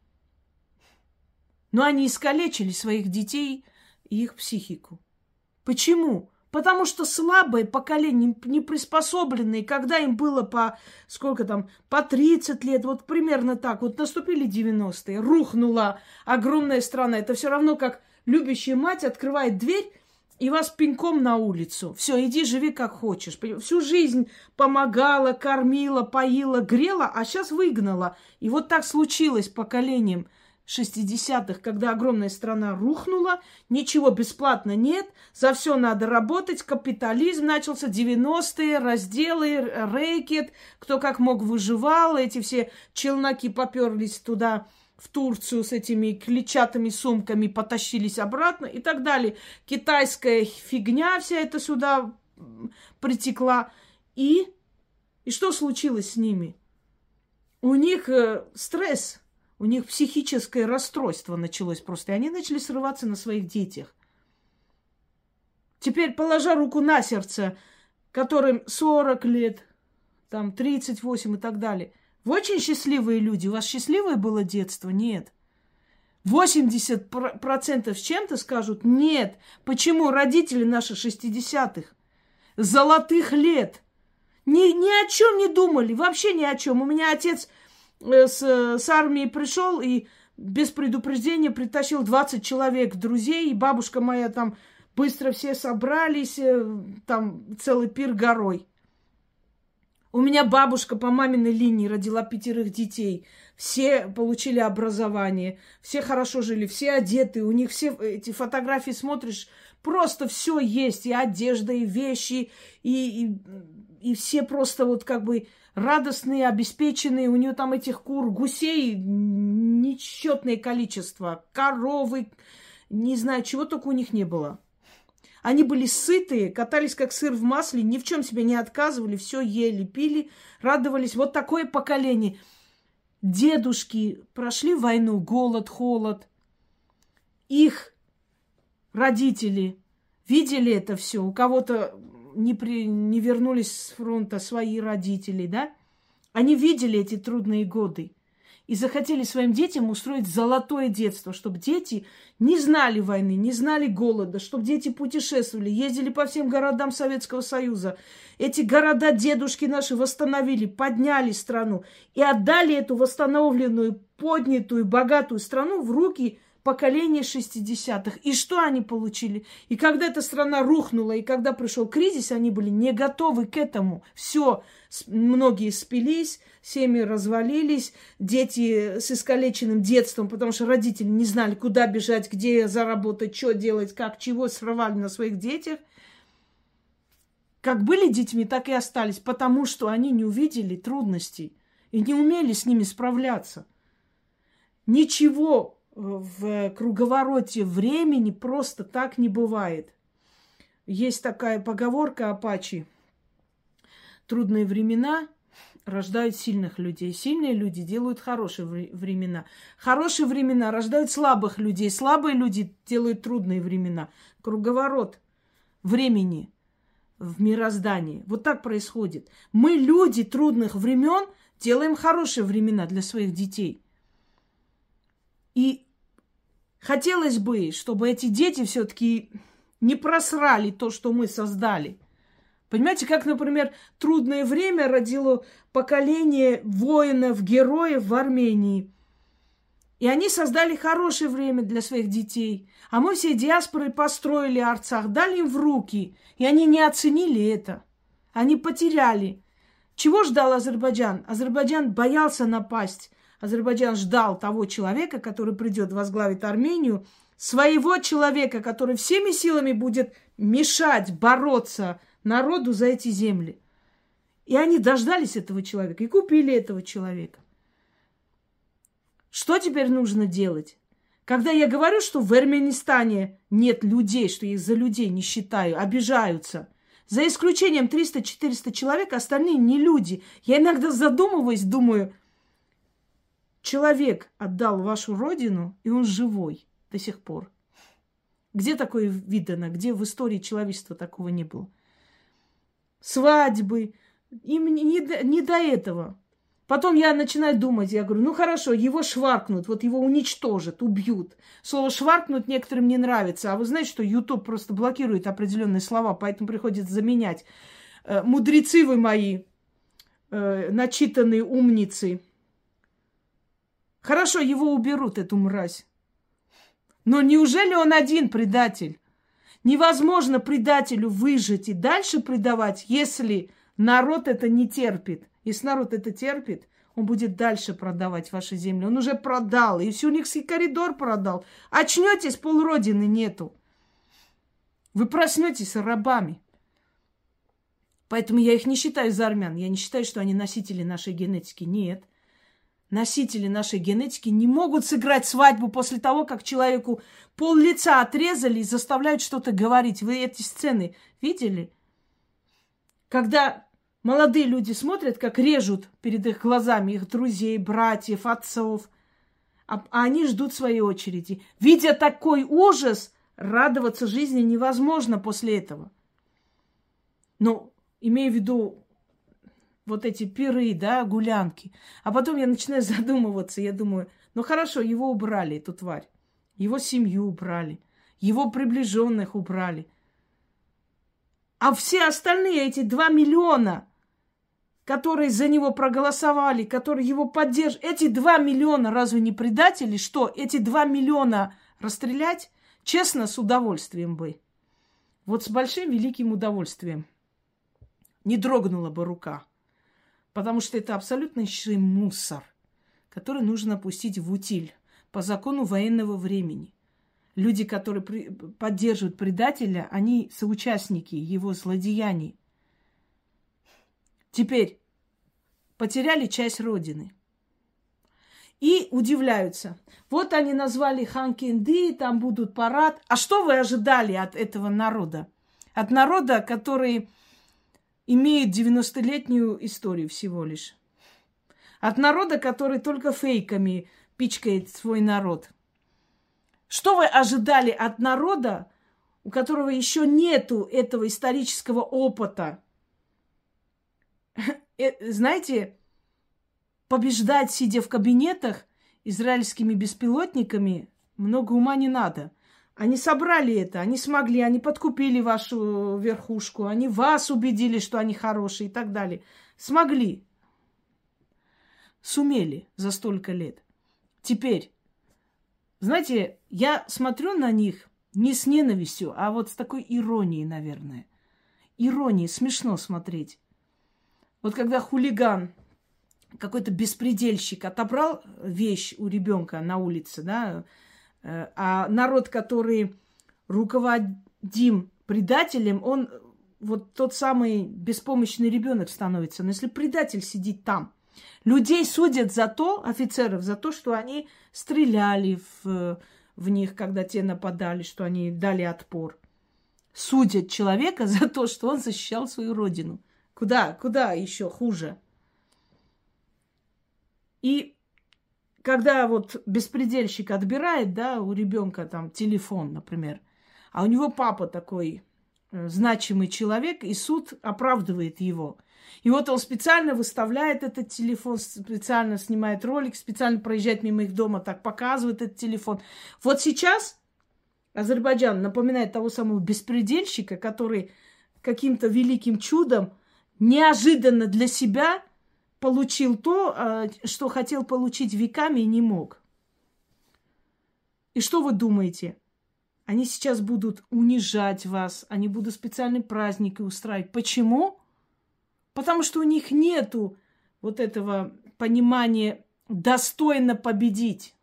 Но они искалечили своих детей и их психику. Почему? Потому что слабое поколение, не приспособленные, когда им было по, сколько там, по тридцать лет, вот примерно так, вот наступили девяностые, рухнула огромная страна. Это все равно, как любящая мать открывает дверь и вас пинком на улицу. Все, иди, живи как хочешь. Всю жизнь помогала, кормила, поила, грела, а сейчас выгнала. И вот так случилось поколением шестидесятых, когда огромная страна рухнула, ничего бесплатно нет, за все надо работать, капитализм начался, девяностые, разделы, рэкет, кто как мог выживал, эти все челноки поперлись туда, в Турцию с этими клетчатыми сумками, потащились обратно и так далее. Китайская фигня вся эта сюда притекла. И, и что случилось с ними? у них э, стресс, у них психическое расстройство началось просто. И они начали срываться на своих детях. Теперь, положа руку на сердце, которым сорок лет, там тридцать восемь и так далее. Вы очень счастливые люди. У вас счастливое было детство? Нет. восемьдесят процентов с чем-то скажут нет. Почему? Родители наши шестидесятых, золотых лет, ни, ни о чем не думали, вообще ни о чем. У меня отец с, с армии пришел и без предупреждения притащил двадцать человек друзей, и бабушка моя там быстро все собрались, там целый пир горой. У меня бабушка по маминой линии родила пятерых детей. Все получили образование, все хорошо жили, все одеты. У них все эти фотографии смотришь, просто все есть. И одежда, и вещи, и, и, и все просто вот как бы радостные, обеспеченные. У нее там этих кур, гусей несчетное количество. Коровы, не знаю, чего только у них не было. Они были сытые, катались как сыр в масле, ни в чем себе не отказывали, все ели, пили, радовались. Вот такое поколение. Дедушки прошли войну, голод, холод. Их родители видели это все. У кого-то не, при, не вернулись с фронта свои родители, да? Они видели эти трудные годы. И захотели своим детям устроить золотое детство, чтобы дети не знали войны, не знали голода, чтобы дети путешествовали, ездили по всем городам Советского Союза. Эти города дедушки наши восстановили, подняли страну и отдали эту восстановленную, поднятую, богатую страну в руки поколения шестидесятых. И что они получили? И когда эта страна рухнула, и когда пришел кризис, они были не готовы к этому. Все, многие спились, семьи развалились, дети с искалеченным детством, потому что родители не знали, куда бежать, где заработать, что делать, как, чего, срывали на своих детях. Как были детьми, так и остались, потому что они не увидели трудностей и не умели с ними справляться. Ничего в круговороте времени просто так не бывает. Есть такая поговорка апачи. Трудные времена рождают сильных людей. Сильные люди делают хорошие времена. Хорошие времена рождают слабых людей. Слабые люди делают трудные времена. Круговорот времени в мироздании. Вот так происходит. Мы, люди трудных времен, делаем хорошие времена для своих детей. И хотелось бы, чтобы эти дети все-таки не просрали то, что мы создали. Понимаете, как, например, трудное время родило поколение воинов, героев в Армении. И они создали хорошее время для своих детей. А мы все диаспоры построили Арцах, дали им в руки. И они не оценили это. Они потеряли. Чего ждал Азербайджан? Азербайджан боялся напасть. Азербайджан ждал того человека, который придет, возглавит Армению, своего человека, который всеми силами будет мешать, бороться народу за эти земли. И они дождались этого человека и купили этого человека. Что теперь нужно делать? Когда я говорю, что в Армянистане нет людей, что я их за людей не считаю, обижаются. За исключением триста-четыреста человек, остальные не люди. Я иногда задумываюсь, думаю, человек отдал вашу родину, и он живой до сих пор. Где такое видано? Где в истории человечества такого не было? Свадьбы. Им не, не, до, не до этого. Потом я начинаю думать, я говорю, ну хорошо, его шваркнут, вот его уничтожат, убьют. Слово «шваркнут» некоторым не нравится. А вы знаете, что YouTube просто блокирует определенные слова, поэтому приходится заменять. Э, мудрецы вы мои, э, начитанные умницы. Хорошо, его уберут, эту мразь. Но неужели он один предатель? Невозможно предателю выжить и дальше предавать, если народ это не терпит. Если народ это терпит, он будет дальше продавать ваши земли. Он уже продал, и Сюникский коридор продал. Очнетесь, полродины нету. Вы проснетесь рабами. Поэтому я их не считаю за армян. Я не считаю, что они носители нашей генетики. Нет. Носители нашей генетики не могут сыграть свадьбу после того, как человеку пол лица отрезали и заставляют что-то говорить. Вы эти сцены видели? Когда Молодые люди смотрят, как режут перед их глазами их друзей, братьев, отцов. А, а они ждут своей очереди. Видя такой ужас, радоваться жизни невозможно после этого. Но имея в виду вот эти пиры, да, гулянки. А потом я начинаю задумываться. Я думаю, ну хорошо, его убрали, эту тварь. Его семью убрали. Его приближенных убрали. А все остальные, эти два миллиона, которые за него проголосовали, которые его поддерживают, эти два миллиона разве не предатели? Что, эти два миллиона расстрелять? Честно, с удовольствием бы. Вот с большим великим удовольствием. Не дрогнула бы рука. Потому что это абсолютнейший мусор, который нужно опустить в утиль по закону военного времени. Люди, которые при... поддерживают предателя, они соучастники его злодеяний. Теперь потеряли часть Родины. И удивляются. Вот они назвали Хан-Кенди, там будут парад. А что вы ожидали от этого народа? От народа, который имеет девяностолетнюю историю всего лишь. От народа, который только фейками пичкает свой народ. Что вы ожидали от народа, у которого еще нету этого исторического опыта? Знаете, побеждать, сидя в кабинетах израильскими беспилотниками, много ума не надо. Они собрали это, они смогли, они подкупили вашу верхушку, они вас убедили, что они хорошие и так далее. Смогли. Сумели за столько лет. Теперь, знаете, я смотрю на них не с ненавистью, а вот с такой иронией, наверное. Иронией, смешно смотреть. Вот когда хулиган, какой-то беспредельщик отобрал вещь у ребенка на улице, да, а народ, который руководим предателем, он вот тот самый беспомощный ребенок становится. Но если предатель сидит там, людей судят за то, офицеров, за то, что они стреляли в, в них, когда те нападали, что они дали отпор. Судят человека за то, что он защищал свою родину. Куда, куда еще хуже? И когда вот беспредельщик отбирает, да, у ребенка там телефон, например, а у него папа такой э, значимый человек, и суд оправдывает его. И вот он специально выставляет этот телефон, специально снимает ролик, специально проезжает мимо их дома, так показывает этот телефон. Вот сейчас Азербайджан напоминает того самого беспредельщика, который каким-то великим чудом неожиданно для себя получил то, что хотел получить веками и не мог. И что вы думаете? Они сейчас будут унижать вас, они будут специальные праздники устраивать. Почему? Потому что у них нету вот этого понимания достойно победить.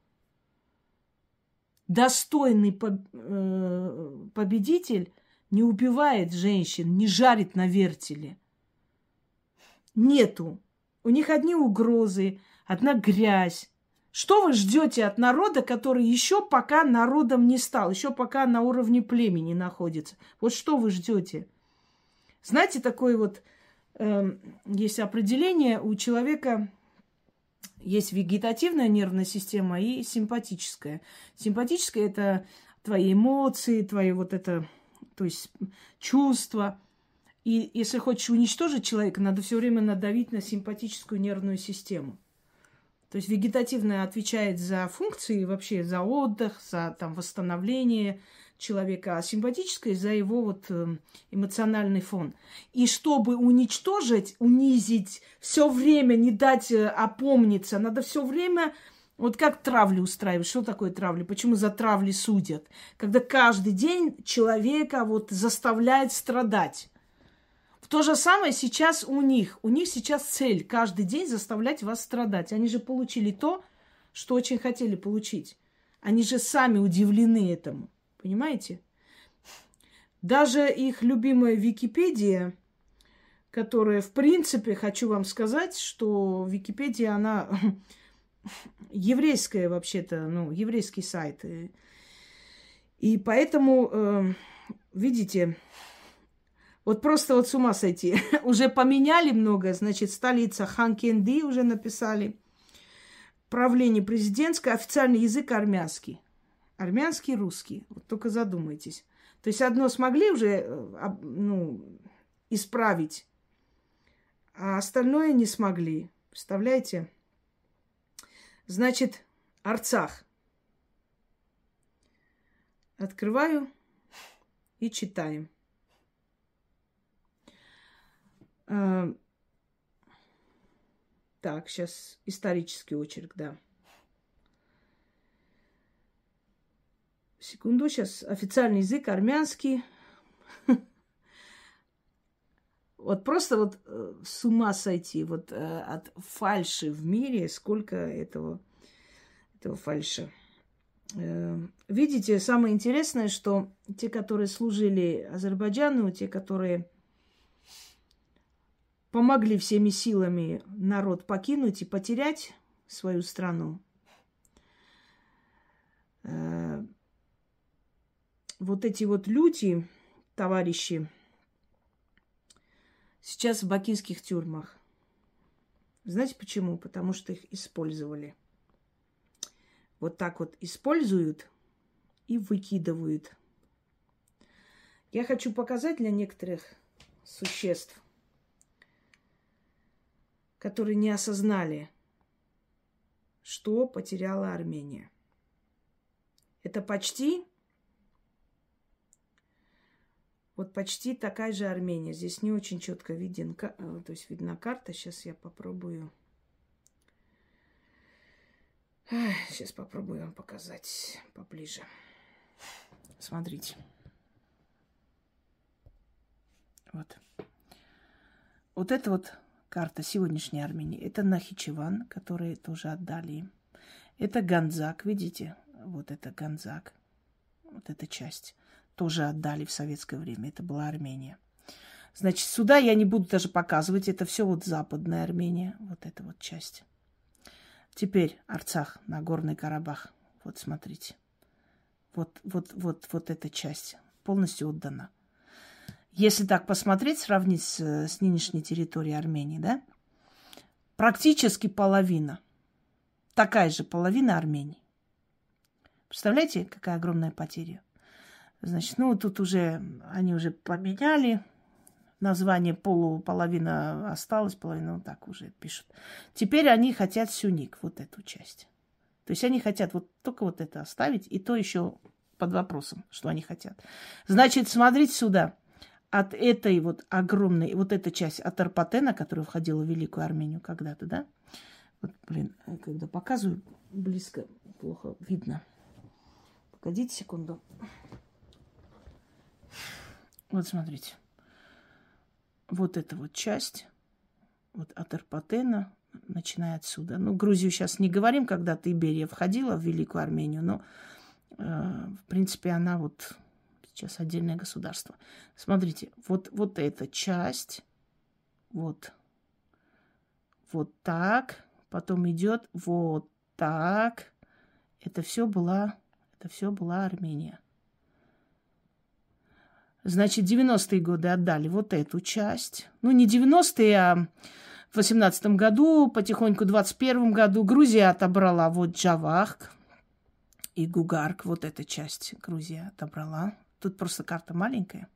Достойный победитель не убивает женщин, не жарит на вертеле. Нету. У них одни угрозы, одна грязь. Что вы ждете от народа, который еще пока народом не стал, еще пока на уровне племени находится? Вот что вы ждете? Знаете, такое вот э, есть определение у человека, есть вегетативная нервная система и симпатическая. Симпатическая – это твои эмоции, твои вот это, то есть чувства. И если хочешь уничтожить человека, надо все время надавить на симпатическую нервную систему. То есть вегетативная отвечает за функции, вообще за отдых, за там, восстановление человека, а симпатическая за его вот, эмоциональный фон. И чтобы уничтожить, унизить, все время не дать опомниться, надо все время, вот как травли устраивать. Что такое травли? Почему за травли судят? Когда каждый день человека вот заставляет страдать. То же самое сейчас у них. У них сейчас цель каждый день заставлять вас страдать. Они же получили то, что очень хотели получить. Они же сами удивлены этому. Понимаете? Даже их любимая Википедия, которая, в принципе, хочу вам сказать, что Википедия, она еврейская вообще-то, ну, еврейский сайт. И поэтому, видите... Вот просто вот с ума сойти. Уже поменяли много, значит, столица Ханкенди уже написали. Правление президентское, официальный язык армянский. Армянский, русский. Вот только задумайтесь. То есть одно смогли уже ну, исправить, а остальное не смогли. Представляете? Значит, Арцах. Открываю и читаем. Так, сейчас исторический очерк, да. Секунду, сейчас официальный язык армянский. Вот просто вот с ума сойти вот от фальши в мире, сколько этого, этого фальши. Видите, самое интересное, что те, которые служили Азербайджану, те, которые помогли всеми силами народ покинуть и потерять свою страну, вот эти вот люди, товарищи, сейчас в бакинских тюрьмах. Знаете почему? Потому что их использовали. Вот так вот используют и выкидывают. Я хочу показать для некоторых существ, которые не осознали, что потеряла Армения. Это почти, вот почти такая же Армения. Здесь не очень четко виден, то есть видна карта. Сейчас я попробую. Сейчас попробую вам показать поближе. Смотрите. Вот. Вот это вот карта сегодняшней Армении. Это Нахичеван, который тоже отдали им. Это Ганзак, видите? Вот это Ганзак. Вот эта часть. Тоже отдали в советское время. Это была Армения. Значит, сюда я не буду даже показывать. Это все вот западная Армения. Вот эта вот часть. Теперь Арцах, Нагорный Карабах. Вот смотрите. Вот, вот, вот, вот эта часть полностью отдана. Если так посмотреть, сравнить с, с нынешней территорией Армении, да, практически половина. Такая же половина Армении. Представляете, какая огромная потеря? Значит, ну, тут уже, они уже поменяли. Название полу, половина осталась, половина вот так уже пишут. Теперь они хотят сюник, вот эту часть. То есть они хотят вот только вот это оставить, и то еще под вопросом, что они хотят. Значит, смотрите сюда. От этой вот огромной, вот эта часть от Арпатена, которая входила в Великую Армению когда-то, да? Вот, блин, когда показываю, близко плохо видно. Погодите секунду. Вот смотрите. Вот эта вот часть, вот от Арпатена, начиная отсюда. Ну, Грузию сейчас не говорим, когда-то Иберия входила в Великую Армению, но, э, в принципе, она вот сейчас отдельное государство. Смотрите, вот, вот эта часть, вот, вот так, потом идет вот так. Это все была, это все была Армения. Значит, девяностые годы отдали вот эту часть. Ну, не девяностые, а в восемнадцатом году, потихоньку в двадцать первом году Грузия отобрала вот Джавах и Гугарк. Вот эта часть Грузия отобрала. Тут просто карта маленькая.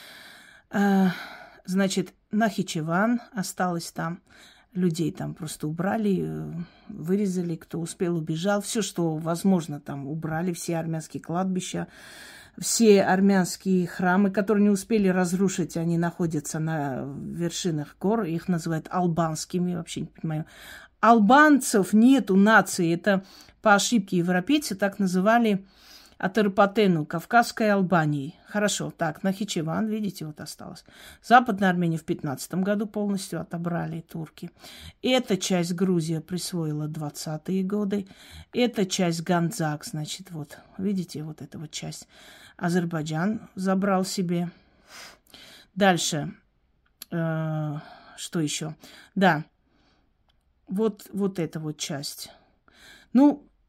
Значит, Нахичеван осталось там. Людей там просто убрали, вырезали. Кто успел, убежал. Все, что возможно, там убрали. Все армянские кладбища. Все армянские храмы, которые не успели разрушить, они находятся на вершинах гор. Их называют албанскими, вообще не понимаю. Албанцев нету нации. Это по ошибке европейцы так называли Атарпатену, Кавказской Албании. Хорошо, так, Нахичеван, видите, вот осталось. Западная Армения в пятнадцатом году полностью отобрали турки. Эта часть Грузия присвоила двадцатые годы. Эта часть Ганзак, значит, вот, видите, вот эта вот часть Азербайджан забрал себе. Дальше, э, что еще? Да, вот, вот эта вот часть. Ну,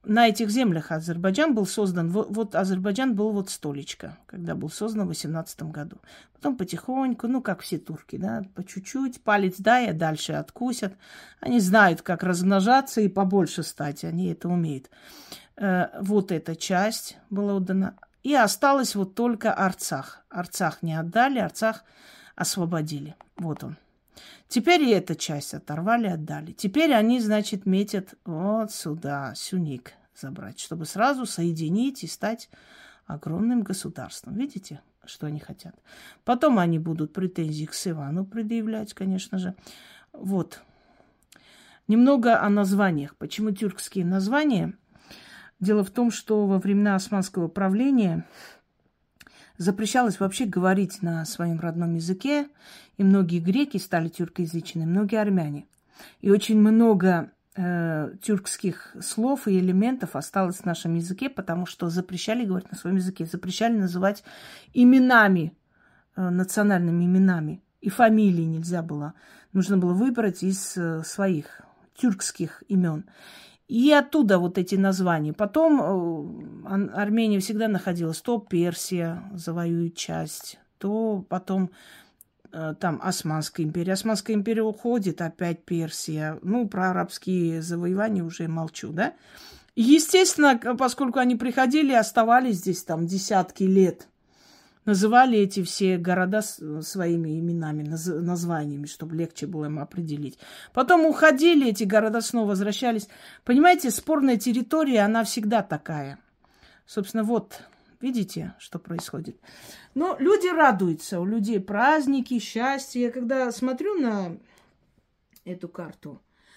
на этих землях Азербайджан был создан, вот, вот Азербайджан был вот столечко, когда был создан в восемнадцатом году. Потом потихоньку, ну, как все турки, да, по чуть-чуть, палец дай, а дальше откусят. Они знают, как размножаться и побольше стать, они это умеют. Э, вот эта часть была отдана. И осталось вот только Арцах. Арцах не отдали, Арцах освободили. Вот он. Теперь и эту часть оторвали, отдали. Теперь они, значит, метят вот сюда, Сюник забрать, чтобы сразу соединить и стать огромным государством. Видите, что они хотят? Потом они будут претензии к Севану предъявлять, конечно же. Вот. Немного о названиях. Почему тюркские названия? Дело в том, что во времена османского правления запрещалось вообще говорить на своем родном языке, и многие греки стали тюркоязычными, многие армяне. И очень много э, тюркских слов и элементов осталось в нашем языке, потому что запрещали говорить на своем языке, запрещали называть именами, э, национальными именами. И фамилии нельзя было. Нужно было выбрать из э, своих тюркских имен. И оттуда вот эти названия. Потом Армения всегда находилась, то Персия завоюет часть, то потом там Османская империя. Османская империя уходит, опять Персия. Ну, про арабские завоевания уже молчу, да? Естественно, поскольку они приходили и оставались здесь там десятки лет, называли эти все города своими именами, названиями, чтобы легче было им определить. Потом уходили, эти города снова возвращались. Понимаете, спорная территория, она всегда такая. Собственно, вот, видите, что происходит. Но люди радуются, у людей праздники, счастье. Я когда смотрю на эту карту,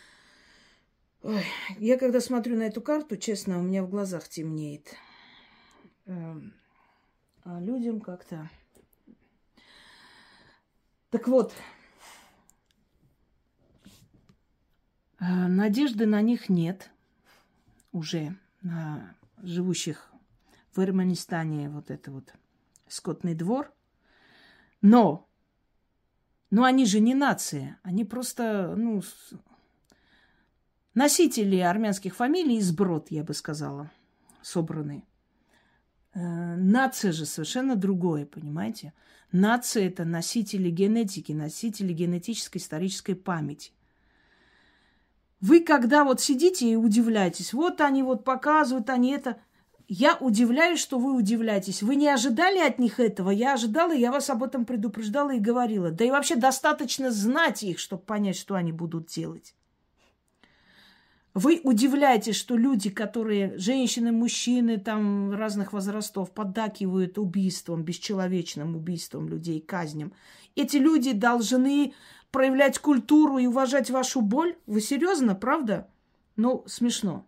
ой, я когда смотрю на эту карту, честно, у меня в глазах темнеет. А людям как-то... Так вот, надежды на них нет уже, на живущих в Армянистане, вот это вот скотный двор. Но, но они же не нация, они просто, ну, носители армянских фамилий, сброд, я бы сказала, собранные. Нация же совершенно другое, понимаете? Нация – это носители генетики, носители генетической исторической памяти. Вы когда вот сидите и удивляетесь, вот они вот показывают, они это... Я удивляюсь, что вы удивляетесь. Вы не ожидали от них этого? Я ожидала, я вас об этом предупреждала и говорила. Да и вообще достаточно знать их, чтобы понять, что они будут делать. Вы удивляетесь, что люди, которые, женщины, мужчины, там, разных возрастов, поддакивают убийством, бесчеловечным убийством людей, казням. Эти люди должны проявлять культуру и уважать вашу боль? Вы серьезно, правда? Ну, смешно.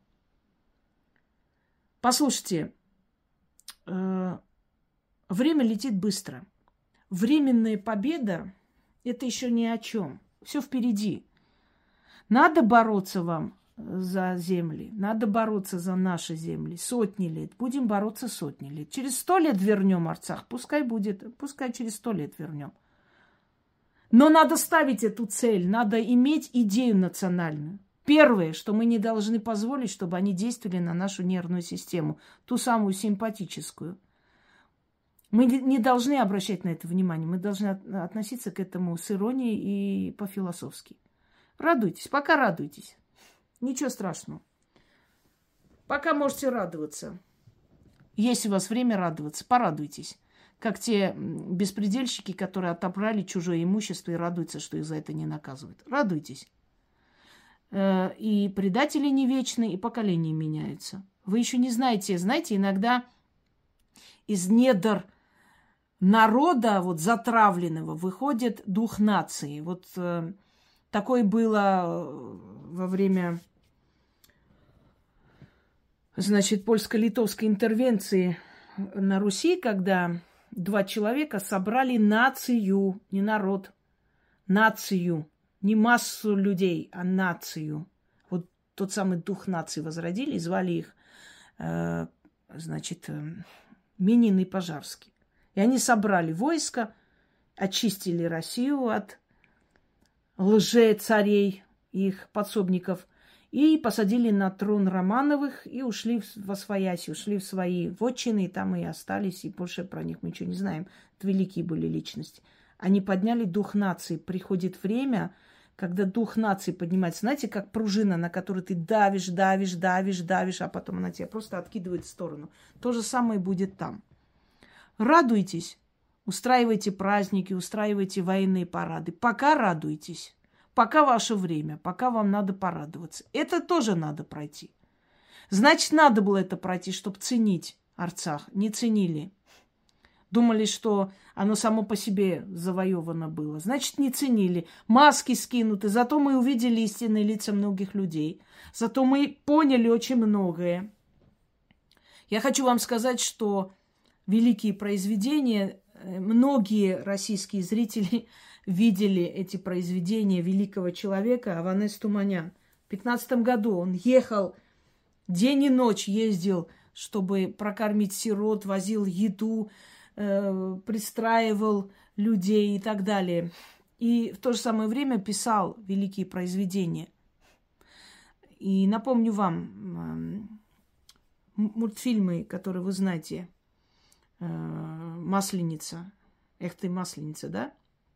Послушайте, э, время летит быстро. Временная победа – это еще ни о чем. Все впереди. Надо бороться вам за земли. Надо бороться за наши земли. Сотни лет. Будем бороться сотни лет. Через сто лет вернем Арцах. Пускай будет, пускай через сто лет вернем. Но надо ставить эту цель. Надо иметь идею национальную. Первое, что мы не должны позволить, чтобы они действовали на нашу нервную систему. Ту самую симпатическую. Мы не должны обращать на это внимание. Мы должны относиться к этому с иронией и по-философски. Радуйтесь. Пока радуйтесь. Ничего страшного. Пока можете радоваться. Есть у вас время радоваться, порадуйтесь. Как те беспредельщики, которые отобрали чужое имущество и радуются, что их за это не наказывают. Радуйтесь. И предатели не вечны, и поколения меняются. Вы еще не знаете. Знаете, иногда из недр народа, вот затравленного, выходит дух нации. Вот такое было во время, значит, польско-литовской интервенции на Руси, когда два человека собрали нацию, не народ, нацию, не массу людей, а нацию. Вот тот самый дух нации возродили и звали их, э, значит, э, Минин и Пожарский. И они собрали войско, очистили Россию от лже-царей, их подсобников, И посадили на трон Романовых и ушли во свояси, ушли в свои вотчины, и там и остались, и больше про них мы ничего не знаем. Это великие были личности. Они подняли дух нации. Приходит время, когда дух нации поднимается. Знаете, как пружина, на которую ты давишь, давишь, давишь, давишь, а потом она тебя просто откидывает в сторону. То же самое будет там. Радуйтесь, устраивайте праздники, устраивайте военные парады. Пока радуйтесь. Пока ваше время, пока вам надо порадоваться. Это тоже надо пройти. Значит, надо было это пройти, чтобы ценить Арцах. Не ценили. Думали, что оно само по себе завоевано было. Значит, не ценили. Маски скинуты. Зато мы увидели истинные лица многих людей. Зато мы поняли очень многое. Я хочу вам сказать, что великие произведения, многие российские зрители видели эти произведения великого человека Аванес Туманян. В пятнадцатом году он ехал, день и ночь ездил, чтобы прокормить сирот, возил еду, э, пристраивал людей и так далее. И в то же самое время писал великие произведения. И напомню вам э, мультфильмы, которые вы знаете. Э, «Масленица». «Эх ты, Масленица», да?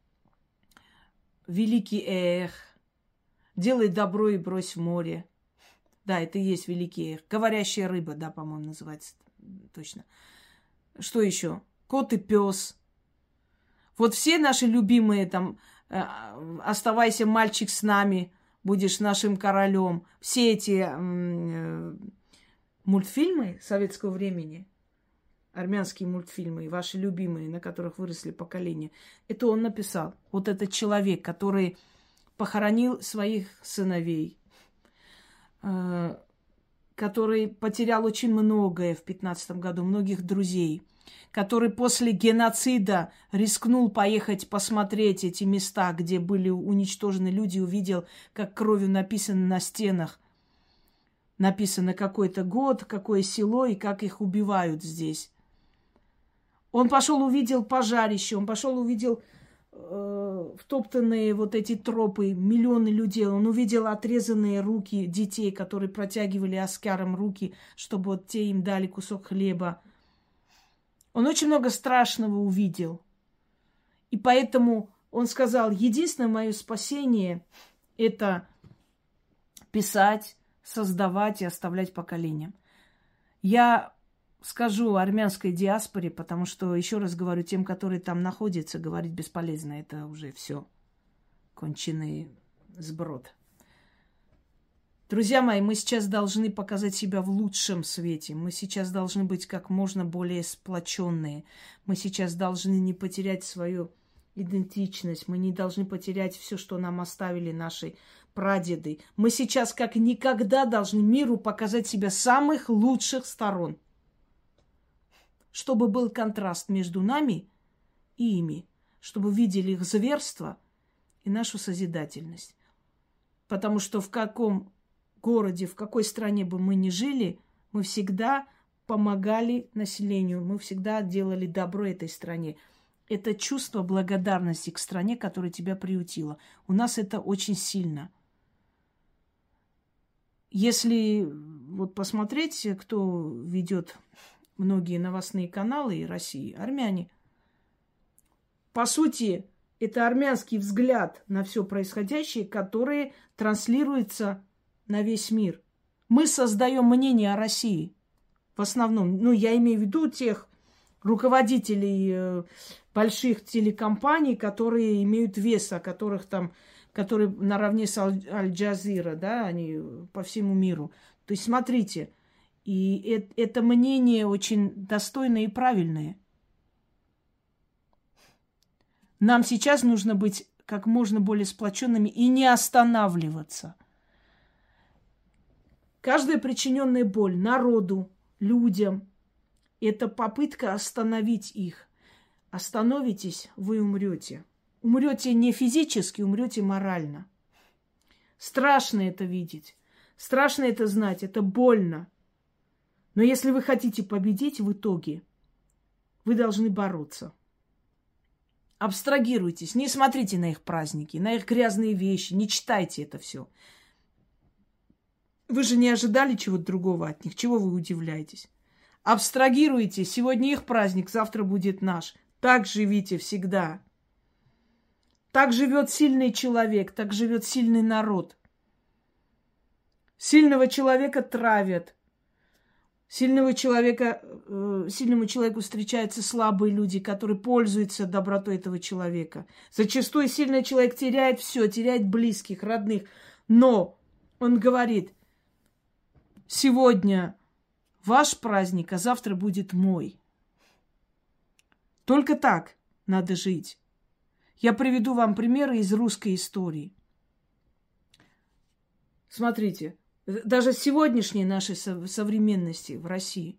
«Великий эх», «Делай добро и брось в море». Да, это и есть «Великий эх». «Говорящая рыба», да, по-моему, называется точно. Что еще? «Кот и пес». Вот все наши любимые там «Оставайся, мальчик, с нами», «Будешь нашим королем». Все эти э, мультфильмы советского времени, армянские мультфильмы, ваши любимые, на которых выросли поколения, это он написал. Вот этот человек, который похоронил своих сыновей, э, который потерял очень многое в пятнадцатом году, многих друзей, который после геноцида рискнул поехать посмотреть эти места, где были уничтожены люди, увидел, как кровью написано на стенах, написано какой-то год, какое село и как их убивают здесь. Он пошел, увидел пожарище, он пошел, увидел э, втоптанные вот эти тропы, миллионы людей. Он увидел отрезанные руки детей, которые протягивали аскярам руки, чтобы вот те им дали кусок хлеба. Он очень много страшного увидел. И поэтому он сказал, единственное мое спасение – это писать, создавать и оставлять поколениям. Я скажу армянской диаспоре, потому что, еще раз говорю, тем, которые там находятся, говорить бесполезно. Это уже все конченый сброд. Друзья мои, мы сейчас должны показать себя в лучшем свете. Мы сейчас должны быть как можно более сплоченные. Мы сейчас должны не потерять свою идентичность. Мы не должны потерять все, что нам оставили наши прадеды. Мы сейчас как никогда должны миру показать себя с самых лучших сторон, чтобы был контраст между нами и ими, чтобы видели их зверство и нашу созидательность. Потому что в каком городе, в какой стране бы мы ни жили, мы всегда помогали населению, мы всегда делали добро этой стране. Это чувство благодарности к стране, которая тебя приютила. У нас это очень сильно. Если вот посмотреть, кто ведет многие новостные каналы России, армяне. По сути, это армянский взгляд на все происходящее, который транслируется на весь мир. Мы создаем мнение о России. В основном, ну, я имею в виду тех руководителей э, больших телекомпаний, которые имеют вес, о которых там, которые наравне с Аль-Джазира, да, они по всему миру. То есть, смотрите, и это мнение очень достойное и правильное. Нам сейчас нужно быть как можно более сплоченными и не останавливаться. Каждая причиненная боль народу, людям, это попытка остановить их. Остановитесь, вы умрете. Умрете не физически, умрете морально. Страшно это видеть. Страшно это знать. Это больно. Но если вы хотите победить в итоге, вы должны бороться. Абстрагируйтесь, не смотрите на их праздники, на их грязные вещи, не читайте это все. Вы же не ожидали чего-то другого от них. Чего вы удивляетесь? Абстрагируйте. Сегодня их праздник, завтра будет наш. Так живите всегда. Так живет сильный человек, так живет сильный народ. Сильного человека травят. Сильного человека, э, сильному человеку встречаются слабые люди, которые пользуются добротой этого человека. Зачастую сильный человек теряет все, теряет близких, родных. Но он говорит: сегодня ваш праздник, а завтра будет мой. Только так надо жить. Я приведу вам примеры из русской истории. Смотрите. Даже сегодняшней нашей современности в России.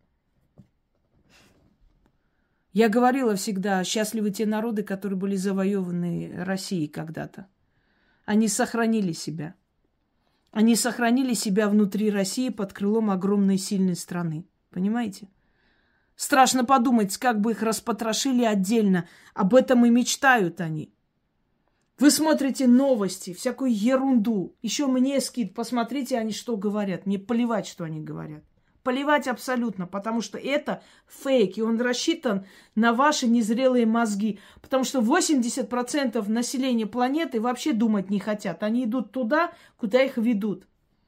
Я говорила всегда, счастливы те народы, которые были завоеваны Россией когда-то. Они сохранили себя. Они сохранили себя внутри России под крылом огромной сильной страны. Понимаете? Страшно подумать, как бы их распотрошили отдельно. Об этом и мечтают они. Вы смотрите новости, всякую ерунду. Еще мне скид, посмотрите, они что говорят. Мне плевать, что они говорят. Плевать абсолютно, потому что это фейк, и он рассчитан на ваши незрелые мозги. Потому что восемьдесят процентов населения планеты вообще думать не хотят. Они идут туда, куда их ведут.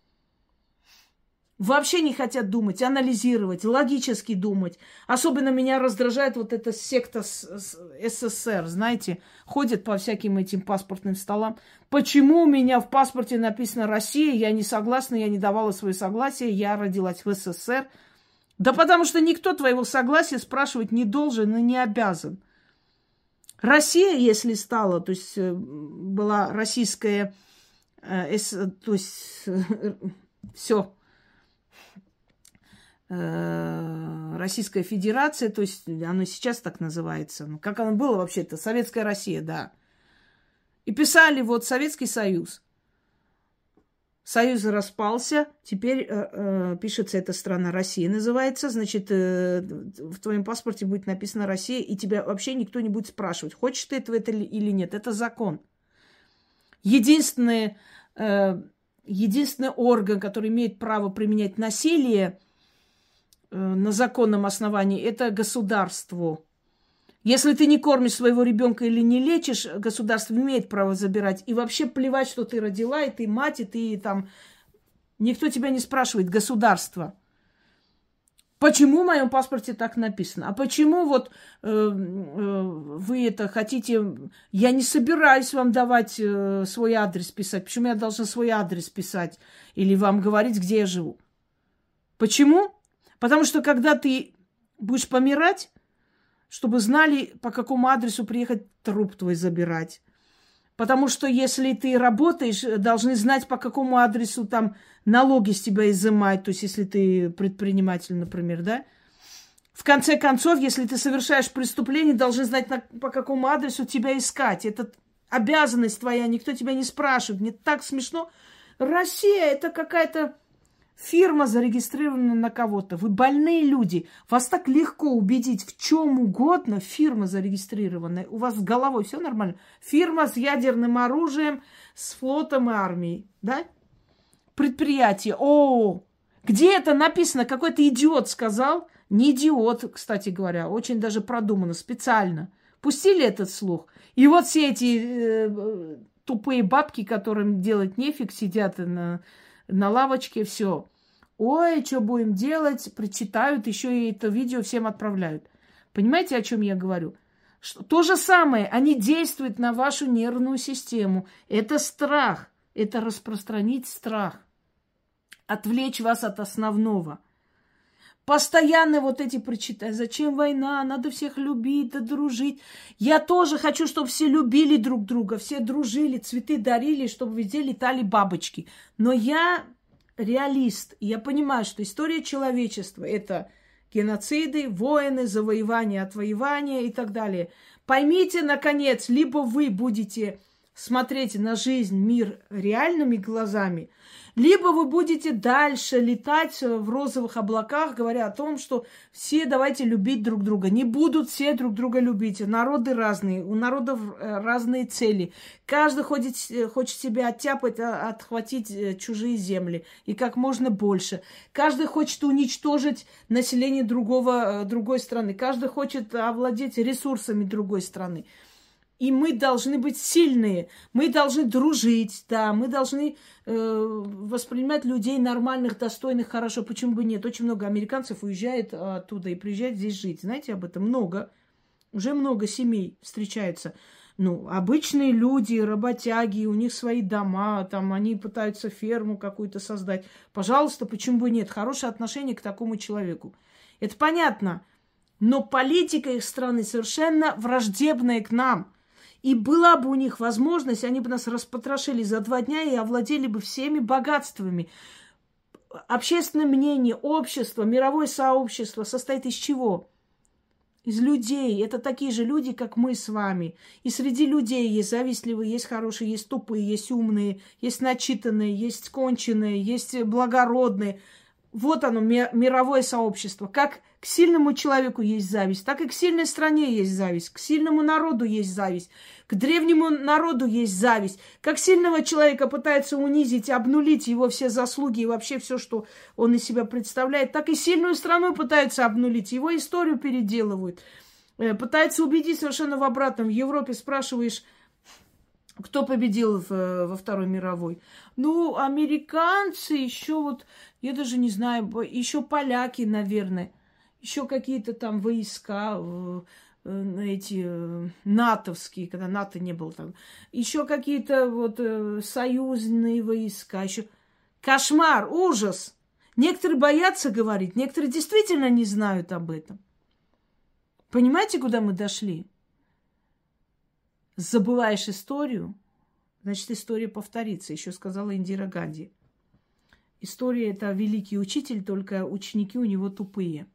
Вообще не хотят думать, анализировать, логически думать. Особенно меня раздражает вот эта секта СССР, знаете, ходят по всяким этим паспортным столам. Почему у меня в паспорте написано Россия, я не согласна, я не давала свое согласие, я родилась в СССР. Да потому что никто твоего согласия спрашивать не должен и не обязан. Россия, если стала, то есть была российская, э, эс, то есть э, все. Российская Федерация, то есть оно сейчас так называется. Ну, как оно было вообще-то? Советская Россия, да. И писали вот Советский Союз. Союз распался, теперь э, э, пишется эта страна Россия называется, значит, э, в твоем паспорте будет написано Россия, и тебя вообще никто не будет спрашивать, хочешь ты этого это или нет. Это закон. Единственный, э, единственный орган, который имеет право применять насилие на законном основании, это государство. Если ты не кормишь своего ребенка или не лечишь, государство имеет право забирать. И вообще плевать, что ты родила, и ты мать, и ты там... Никто тебя не спрашивает, государство. Почему в моем паспорте так написано? А почему вот э, э, вы это хотите... Я не собираюсь вам давать э, свой адрес писать. Почему я должна свой адрес писать? Или вам говорить, где я живу? Почему? Потому что, когда ты будешь помирать, чтобы знали, по какому адресу приехать труп твой забирать. Потому что, если ты работаешь, должны знать, по какому адресу там налоги с тебя изымать. То есть, если ты предприниматель, например, да? В конце концов, если ты совершаешь преступление, должны знать, на, по какому адресу тебя искать. Это обязанность твоя, никто тебя не спрашивает. Мне так смешно. Россия – это какая-то... Фирма зарегистрирована на кого-то. Вы больные люди. Вас так легко убедить в чем угодно. Фирма зарегистрированная. У вас с головой все нормально. Фирма с ядерным оружием, с флотом и армией. Да? Предприятие. О, где это написано? Какой-то идиот сказал. Не идиот, кстати говоря. Очень даже продумано. Специально. Пустили этот слух. И вот все эти э, тупые бабки, которым делать нефиг, сидят на... на лавочке, все. Ой, что будем делать? Прочитают, еще и это видео всем отправляют. Понимаете, о чем я говорю? Что, то же самое, они действуют на вашу нервную систему. Это страх. Это распространить страх. Отвлечь вас от основного. Постоянно вот эти прочитать. Зачем война? Надо всех любить, да дружить. Я тоже хочу, чтобы все любили друг друга, все дружили, цветы дарили, чтобы везде летали бабочки. Но я реалист. Я понимаю, что история человечества – это геноциды, войны, завоевания, отвоевания и так далее. Поймите, наконец, либо вы будете смотреть на жизнь, мир реальными глазами, либо вы будете дальше летать в розовых облаках, говоря о том, что все давайте любить друг друга. Не будут все друг друга любить. Народы разные, у народов разные цели. Каждый хочет, хочет себя оттяпать, отхватить чужие земли. И как можно больше. Каждый хочет уничтожить население другого, другой страны. Каждый хочет овладеть ресурсами другой страны. И мы должны быть сильные, мы должны дружить, да, мы должны э, воспринимать людей нормальных, достойных, хорошо. Почему бы нет? Очень много американцев уезжает оттуда и приезжает здесь жить. Знаете об этом? Много. Уже много семей встречаются. Ну, обычные люди, работяги, у них свои дома, там они пытаются ферму какую-то создать. Пожалуйста, почему бы нет? Хорошее отношение к такому человеку. Это понятно. Но политика их страны совершенно враждебная к нам. И была бы у них возможность, они бы нас распотрошили за два дня и овладели бы всеми богатствами. Общественное мнение, общество, мировое сообщество состоит из чего? Из людей. Это такие же люди, как мы с вами. И среди людей есть завистливые, есть хорошие, есть тупые, есть умные, есть начитанные, есть конченые, есть благородные. Вот оно, мировое сообщество. Как к сильному человеку есть зависть, так и к сильной стране есть зависть, к сильному народу есть зависть, к древнему народу есть зависть. Как сильного человека пытаются унизить, обнулить его все заслуги и вообще все, что он из себя представляет, так и сильную страну пытаются обнулить, его историю переделывают. Пытаются убедить совершенно в обратном. В Европе спрашиваешь, кто победил в, во Второй мировой? Ну, американцы, еще вот, я даже не знаю, еще поляки, наверное. Еще какие-то там войска, эти натовские, когда НАТО не было там. Еще какие-то вот союзные войска. Еще кошмар, ужас. Некоторые боятся говорить, некоторые действительно не знают об этом. Понимаете, куда мы дошли? Забываешь историю, значит, история повторится. Еще сказала Индира Ганди. История – это великий учитель, только ученики у него тупые.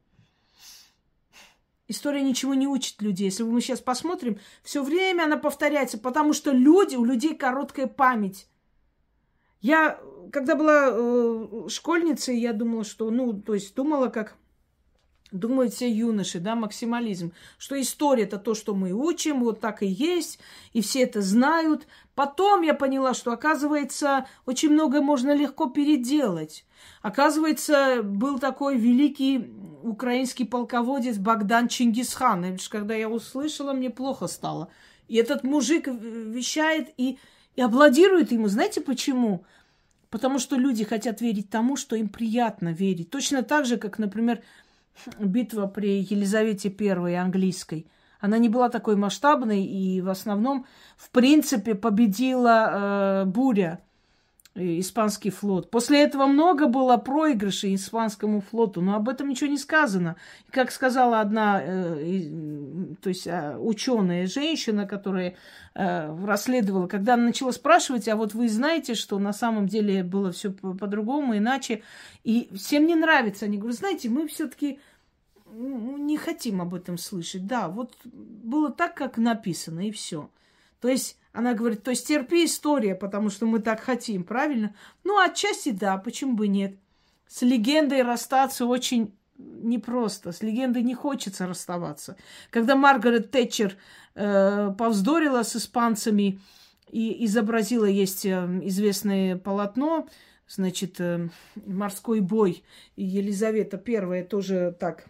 История ничего не учит людей. Если мы сейчас посмотрим, все время она повторяется, потому что люди, у людей короткая память. Я, когда была э, школьницей, я думала, что, ну, то есть думала, как думают все юноши, да, максимализм, что история – это то, что мы учим, вот так и есть, и все это знают. Потом я поняла, что, оказывается, очень многое можно легко переделать. Оказывается, был такой великий украинский полководец Богдан Чингисхан. И когда я услышала, мне плохо стало. И этот мужик вещает и, и аплодирует ему. Знаете почему? Потому что люди хотят верить тому, что им приятно верить. Точно так же, как, например, битва при Елизавете Первой английской. Она не была такой масштабной, и в основном, в принципе, победила э, буря, э, испанский флот. После этого много было проигрышей испанскому флоту, но об этом ничего не сказано. И как сказала одна э, э, то есть, э, ученая женщина, которая э, расследовала, когда она начала спрашивать, а вот вы знаете, что на самом деле было все по-другому, иначе, и всем не нравится. Они говорят, знаете, мы все-таки не хотим об этом слышать. Да, вот было так, как написано, и все. То есть она говорит, то есть терпи история, потому что мы так хотим, правильно? Ну, отчасти да, почему бы нет? С легендой расстаться очень непросто. С легендой не хочется расставаться. Когда Маргарет Тэтчер э, повздорила с испанцами и изобразила, есть известное полотно, значит, э, «Морской бой», и Елизавета Первая тоже так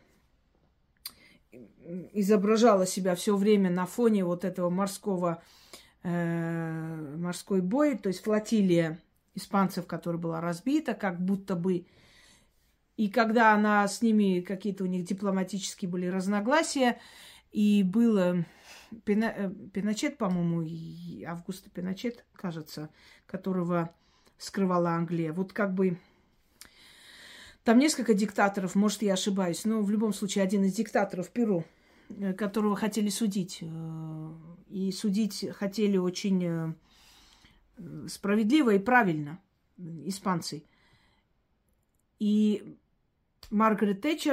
изображала себя все время на фоне вот этого морского, э, морской бой, то есть флотилия испанцев, которая была разбита, как будто бы. И когда она с ними, какие-то у них дипломатические были разногласия, и было Пина, Пиночет, по-моему, и Августо Пиночет, кажется, которого скрывала Англия. Вот как бы там несколько диктаторов, может, я ошибаюсь, но в любом случае один из диктаторов Перу, которого хотели судить. И судить хотели очень справедливо и правильно испанцы. И Маргарет Тэтчер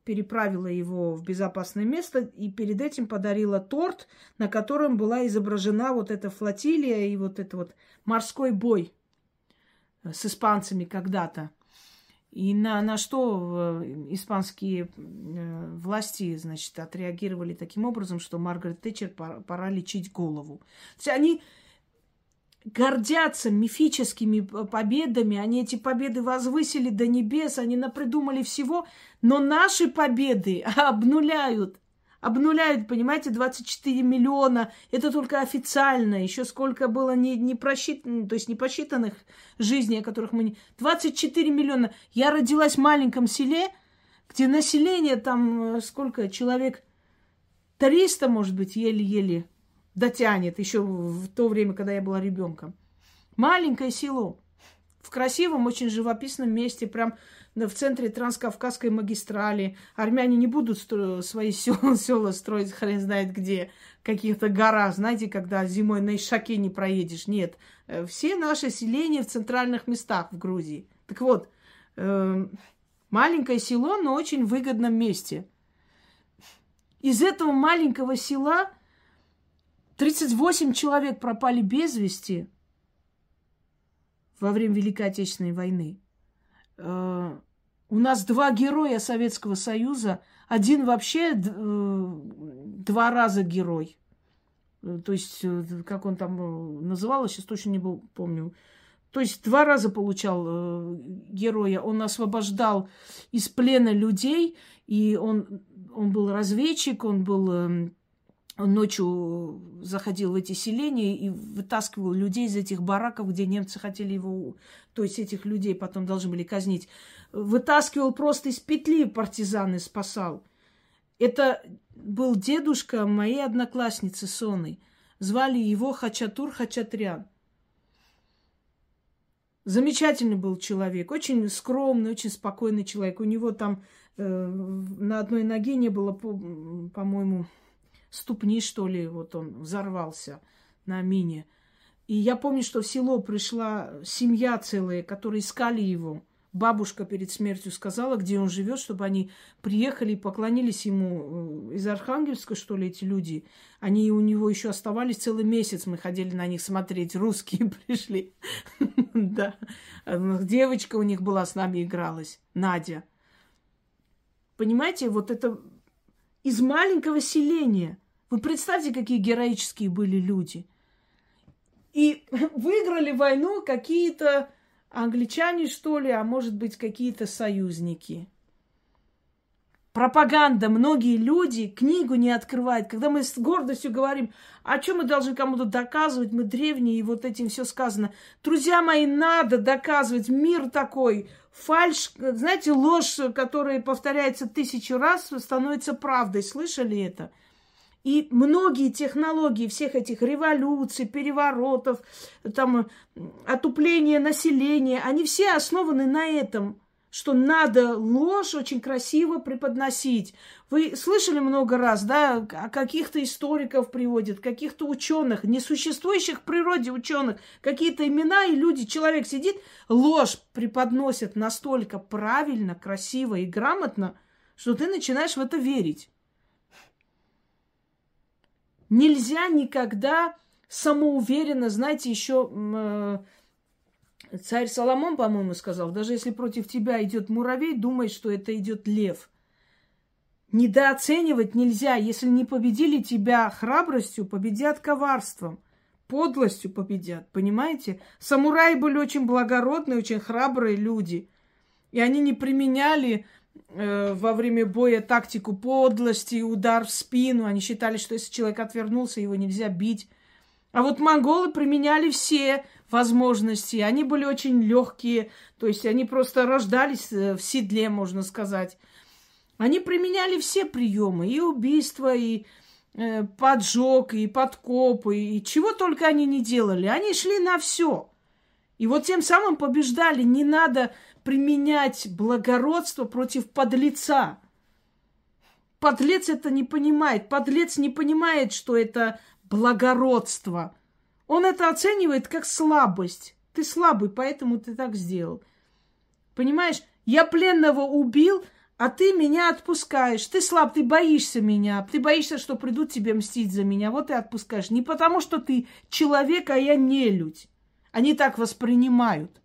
переправила его в безопасное место и перед этим подарила торт, на котором была изображена вот эта флотилия и вот это вот морской бой с испанцами когда-то. И на, на что испанские власти, значит, отреагировали таким образом, что Маргарет Тэтчер пора, пора лечить голову. То есть они гордятся мифическими победами, они эти победы возвысили до небес, они напридумали всего, но наши победы обнуляют. Обнуляют, понимаете, двадцать четыре миллиона. Это только официально. Еще сколько было не, не просчитанных, то есть не посчитанных жизней, о которых мы не... двадцать четыре миллиона. Я родилась в маленьком селе, где население там сколько? Человек триста, может быть, еле-еле дотянет. Еще в то время, когда я была ребенком. Маленькое село. В красивом, очень живописном месте, прям в центре Транскавказской магистрали. Армяне не будут стро- свои села, села строить хрен знает где, в каких-то горах, знаете, когда зимой на Ишаке не проедешь. Нет, все наши селения в центральных местах в Грузии. Так вот, э- маленькое село, но очень выгодном месте. Из этого маленького села тридцать восемь человек пропали без вести во время Великой Отечественной войны. У нас два героя Советского Союза. Один вообще два раза герой. То есть, как он там назывался, сейчас точно не помню. То есть, два раза получал героя. Он освобождал из плена людей. И он, он был разведчик, он был... Он ночью заходил в эти селения и вытаскивал людей из этих бараков, где немцы хотели его... То есть этих людей потом должны были казнить. Вытаскивал просто из петли, партизаны спасал. Это был дедушка моей одноклассницы Соны. Звали его Хачатур Хачатрян. Замечательный был человек. Очень скромный, очень спокойный человек. У него там э, на одной ноге не было, по- по-моему... ступни, что ли, вот он взорвался на мине. И я помню, что в село пришла семья целая, которые искали его. Бабушка перед смертью сказала, где он живет, чтобы они приехали и поклонились ему. Из Архангельска, что ли, эти люди. Они у него еще оставались целый месяц. Мы ходили на них смотреть. Русские пришли. Да. Девочка у них была, с нами игралась. Надя. Понимаете, вот это... Из маленького селения. Вы представьте, какие героические были люди. И выиграли войну какие-то англичане, что ли, а может быть, какие-то союзники. Пропаганда. Многие люди книгу не открывают. Когда мы с гордостью говорим, о чем мы должны кому-то доказывать, мы древние, и вот этим все сказано. Друзья мои, надо доказывать. Мир такой. Фальшь, знаете, ложь, которая повторяется тысячу раз, становится правдой. Слышали это? И многие технологии всех этих революций, переворотов, там, отупления населения, они все основаны на этом, что надо ложь очень красиво преподносить. Вы слышали много раз, да, каких-то историков приводят, каких-то ученых, несуществующих в природе ученых, какие-то имена, и люди, человек сидит, ложь преподносят настолько правильно, красиво и грамотно, что ты начинаешь в это верить. Нельзя никогда самоуверенно, знаете, еще э, царь Соломон, по-моему, сказал, даже если против тебя идет муравей, думай, что это идет лев. Недооценивать нельзя. Если не победили тебя храбростью, победят коварством, подлостью победят, понимаете? Самураи были очень благородные, очень храбрые люди. И они не применяли э, во время боя тактику подлости, удар в спину. Они считали, что если человек отвернулся, его нельзя бить. А вот монголы применяли все возможности. Они были очень легкие, то есть они просто рождались в седле, можно сказать. Они применяли все приемы, и убийство, и э, поджог, и подкопы, и чего только они не делали. Они шли на все. И вот тем самым побеждали. Не надо применять благородство против подлеца. Подлец это не понимает. Подлец не понимает, что это благородство. Он это оценивает как слабость. Ты слабый, поэтому ты так сделал. Понимаешь? Я пленного убил, А ты меня отпускаешь. Ты слаб, ты боишься меня. Ты боишься, что придут тебе мстить за меня. Вот и отпускаешь. Не потому, что ты человек, а я нелюдь. Они так воспринимают.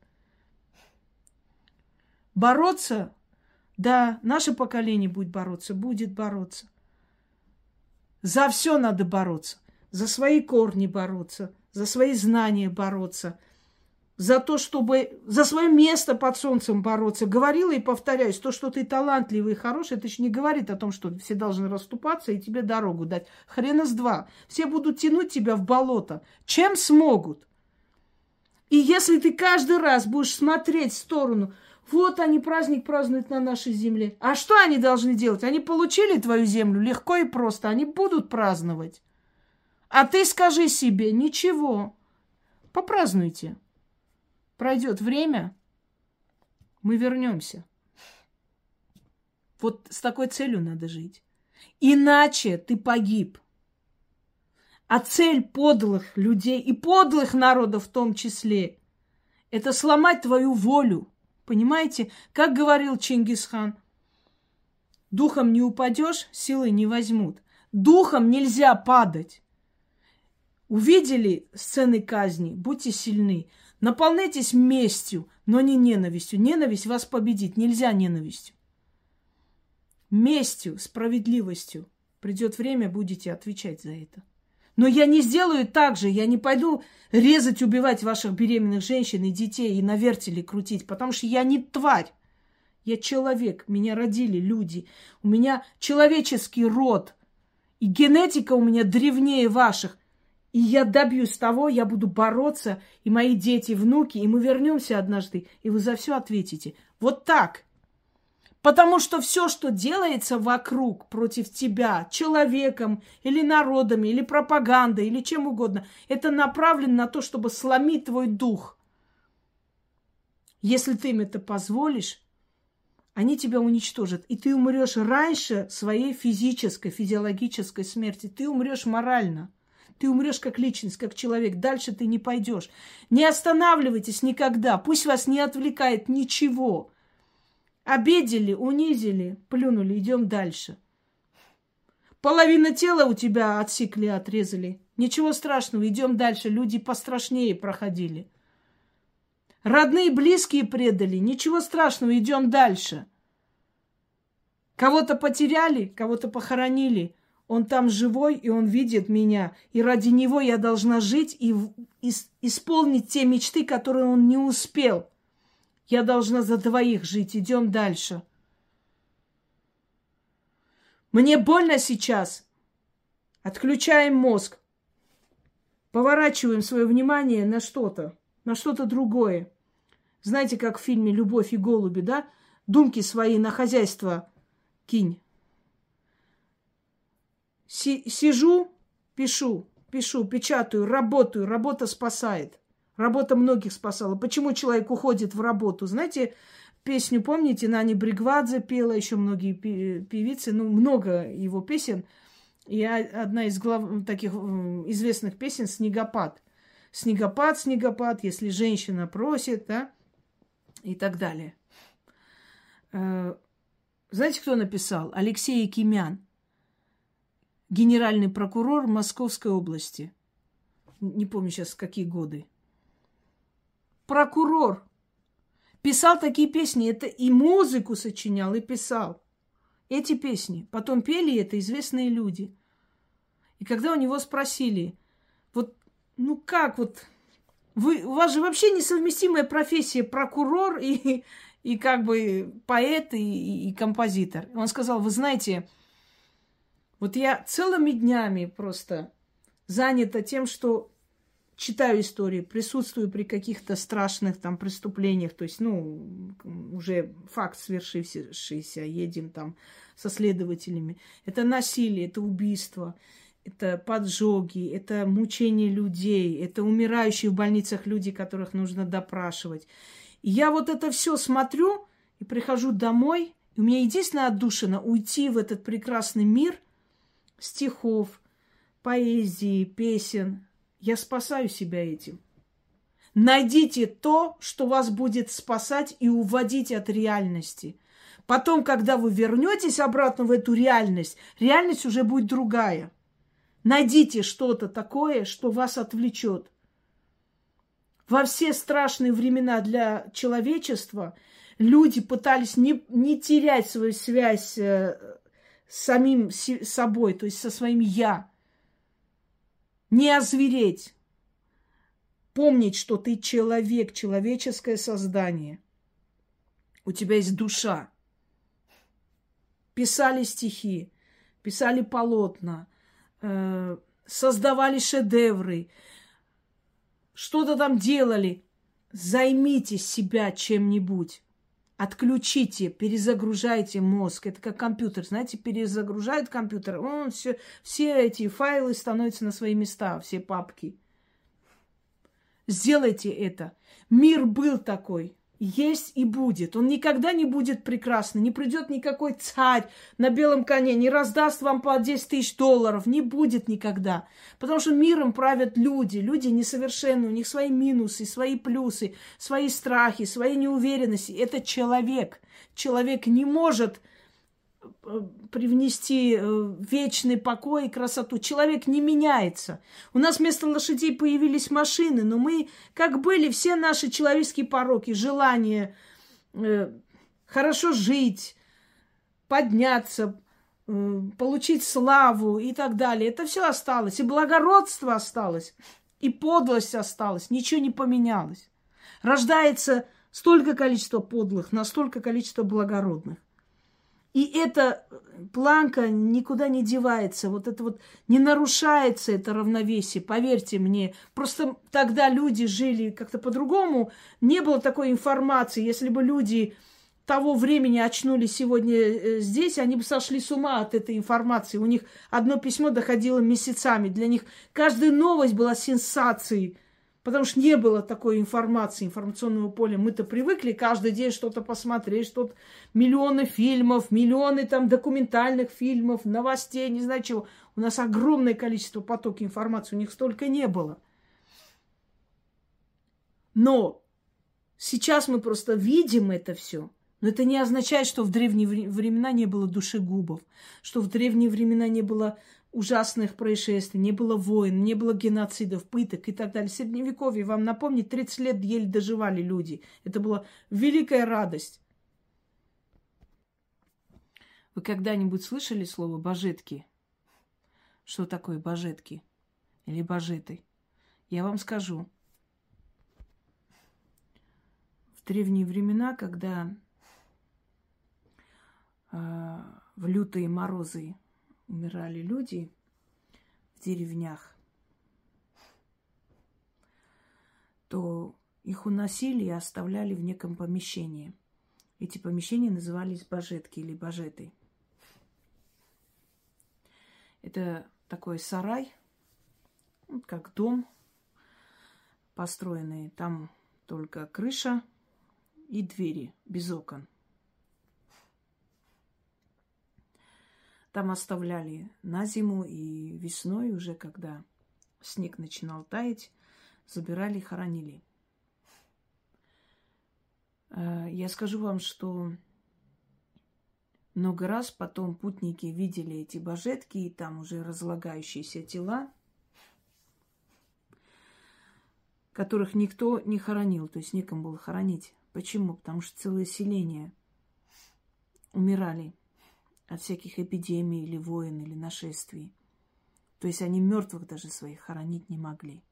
Бороться? Да, наше поколение будет бороться, будет бороться. За все надо бороться. За свои корни бороться, за свои знания бороться, за то, чтобы... За свое место под солнцем бороться. Говорила и повторяюсь, то, что ты талантливый и хороший, это еще не говорит о том, что все должны расступаться и тебе дорогу дать. Хрена с два. Все будут тянуть тебя в болото. Чем смогут? И если ты каждый раз будешь смотреть в сторону, вот они праздник празднуют на нашей земле. А что они должны делать? Они получили твою землю легко и просто. Они будут праздновать. А ты скажи себе, ничего, попразднуйте. Пройдет время, мы вернемся. Вот с такой целью надо жить. Иначе ты погиб. А цель подлых людей и подлых народов в том числе, это сломать твою волю. Понимаете? Как говорил Чингисхан, духом не упадешь, силой не возьмут. Духом нельзя падать. Увидели сцены казни, будьте сильны. Наполняйтесь местью, но не ненавистью. Ненависть вас победит. Нельзя ненавистью. Местью, справедливостью. Придет время, будете отвечать за это. Но я не сделаю так же. Я не пойду резать, убивать ваших беременных женщин и детей и на вертеле крутить, потому что я не тварь. Я человек. Меня родили люди. У меня человеческий род. И генетика у меня древнее ваших. И я добьюсь того, я буду бороться, и мои дети, внуки, и мы вернемся однажды, и вы за все ответите. Вот так. Потому что все, что делается вокруг против тебя, человеком, или народами, или пропагандой, или чем угодно, это направлено на то, чтобы сломить твой дух. Если ты им это позволишь, они тебя уничтожат. И ты умрешь раньше своей физической, физиологической смерти. Ты умрешь морально. Ты умрешь как личность, как человек. Дальше ты не пойдешь. Не останавливайтесь никогда. Пусть вас не отвлекает ничего. Обидели, унизили, плюнули. Идем дальше. Половина тела у тебя отсекли, отрезали. Ничего страшного. Идем дальше. Люди пострашнее проходили. Родные, близкие предали. Ничего страшного. Идем дальше. Кого-то потеряли, кого-то похоронили. Он там живой, и он видит меня. И ради него я должна жить и исполнить те мечты, которые он не успел. Я должна за двоих жить. Идем дальше. Мне больно сейчас. Отключаем мозг. Поворачиваем свое внимание на что-то. На что-то другое. Знаете, как в фильме «Любовь и голуби», да? Думки свои на хозяйство кинь. Сижу, пишу, пишу, печатаю, работаю. Работа спасает. Работа многих спасала. Почему человек уходит в работу? Знаете, песню, помните, Нани Бригвадзе пела, еще многие певицы, ну, много его песен. И одна из глав... таких известных песен «Снегопад». Снегопад, снегопад, если женщина просит, да, и так далее. Знаете, кто написал? Алексей Якимян. Генеральный прокурор Московской области. Не помню сейчас, какие годы. Прокурор. Писал такие песни. Это и музыку сочинял, и писал. Эти песни. Потом пели это известные люди. И когда у него спросили, вот, ну как вот, вы, у вас же вообще несовместимая профессия прокурор и, и как бы поэт и, и композитор. Он сказал, вы знаете... Вот я целыми днями просто занята тем, что читаю истории, присутствую при каких-то страшных там преступлениях, то есть, ну, уже факт свершившийся, едем там со следователями. Это насилие, это убийство, это поджоги, это мучение людей, это умирающие в больницах люди, которых нужно допрашивать. И я вот это все смотрю и прихожу домой, и у меня единственная отдушина уйти в этот прекрасный мир стихов, поэзии, песен. Я спасаю себя этим. Найдите то, что вас будет спасать и уводить от реальности. Потом, когда вы вернетесь обратно в эту реальность, реальность уже будет другая. Найдите что-то такое, что вас отвлечет. Во все страшные времена для человечества люди пытались не, не терять свою связь э, с самим си, собой, то есть со своим «я». Не озвереть. Помнить, что ты человек, человеческое создание. У тебя есть душа. Писали стихи, писали полотна, э, создавали шедевры, что-то там делали. Займите себя чем-нибудь. Отключите, перезагружайте мозг. Это как компьютер. Знаете, перезагружают компьютер. Он все, все эти файлы становятся на свои места, все папки. Сделайте это. Мир был такой. Есть и будет. Он никогда не будет прекрасный. Не придет никакой царь на белом коне, не раздаст вам по десять тысяч долларов. Не будет никогда. Потому что миром правят люди. Люди несовершенные. У них свои минусы, свои плюсы, свои страхи, свои неуверенности. Это человек. Человек не может привнести вечный покой и красоту. Человек не меняется. У нас вместо лошадей появились машины, но мы, как были, все наши человеческие пороки, желание э, хорошо жить, подняться, э, получить славу и так далее, это все осталось. И благородство осталось, и подлость осталась. Ничего не поменялось. Рождается столько количества подлых, настолько количество благородных. И эта планка никуда не девается, вот это вот не нарушается, это равновесие, поверьте мне. Просто тогда люди жили как-то по-другому, не было такой информации. Если бы люди того времени очнулись сегодня здесь, они бы сошли с ума от этой информации. У них одно письмо доходило месяцами, для них каждая новость была сенсацией. Потому что не было такой информации, информационного поля. Мы-то привыкли каждый день что-то посмотреть, что-то... Миллионы фильмов, миллионы там документальных фильмов, новостей, не знаю чего. У нас огромное количество потока информации, у них столько не было. Но сейчас мы просто видим это все. Но это не означает, что в древние времена не было душегубов, что в древние времена не было ужасных происшествий, не было войн, не было геноцидов, пыток и так далее. В Средневековье, вам напомнить, тридцать лет еле доживали люди. Это была великая радость. Вы когда-нибудь слышали слово «божетки»? Что такое божетки или божеты? Я вам скажу. В древние времена, когда э, в лютые морозы умирали люди в деревнях, то их уносили и оставляли в неком помещении. Эти помещения назывались божетки или божеты. Это такой сарай, как дом построенный. Там только крыша и двери без окон. Там оставляли на зиму, и весной уже, когда снег начинал таять, забирали и хоронили. Я скажу вам, что много раз потом путники видели эти божетки, и там уже разлагающиеся тела, которых никто не хоронил, то есть некому было хоронить. Почему? Потому что целые селения умирали от всяких эпидемий или войн, или нашествий. То есть они мертвых даже своих хоронить не могли.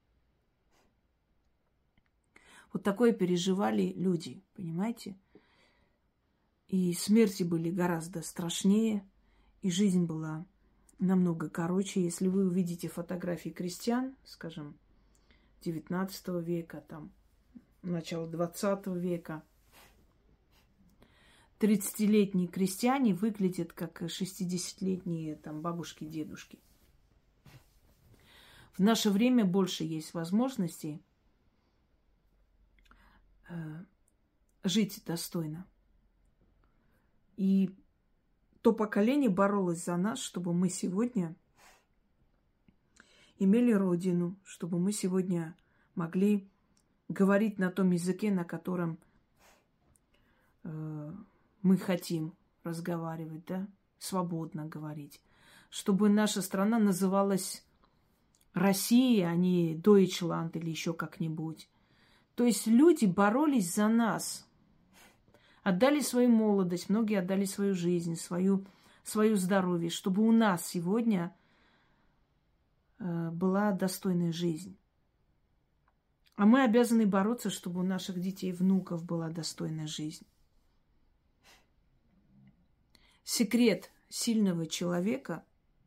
Вот такое переживали люди, понимаете? И смерти были гораздо страшнее, и жизнь была намного короче. Если вы увидите фотографии крестьян, скажем, девятнадцатого века, там, начала двадцатого века, тридцатилетние крестьяне выглядят как шестидесятилетние там бабушки, дедушки. В наше время больше есть возможностей э, жить достойно. И то поколение боролось за нас, чтобы мы сегодня имели родину, чтобы мы сегодня могли говорить на том языке, на котором э, мы хотим разговаривать, да, свободно говорить, чтобы наша страна называлась Россией, а не Дойчланд или еще как-нибудь. То есть люди боролись за нас, отдали свою молодость, многие отдали свою жизнь, свою, свое здоровье, чтобы у нас сегодня э, была достойная жизнь. А мы обязаны бороться, чтобы у наших детей и внуков была достойная жизнь. Секрет сильного человека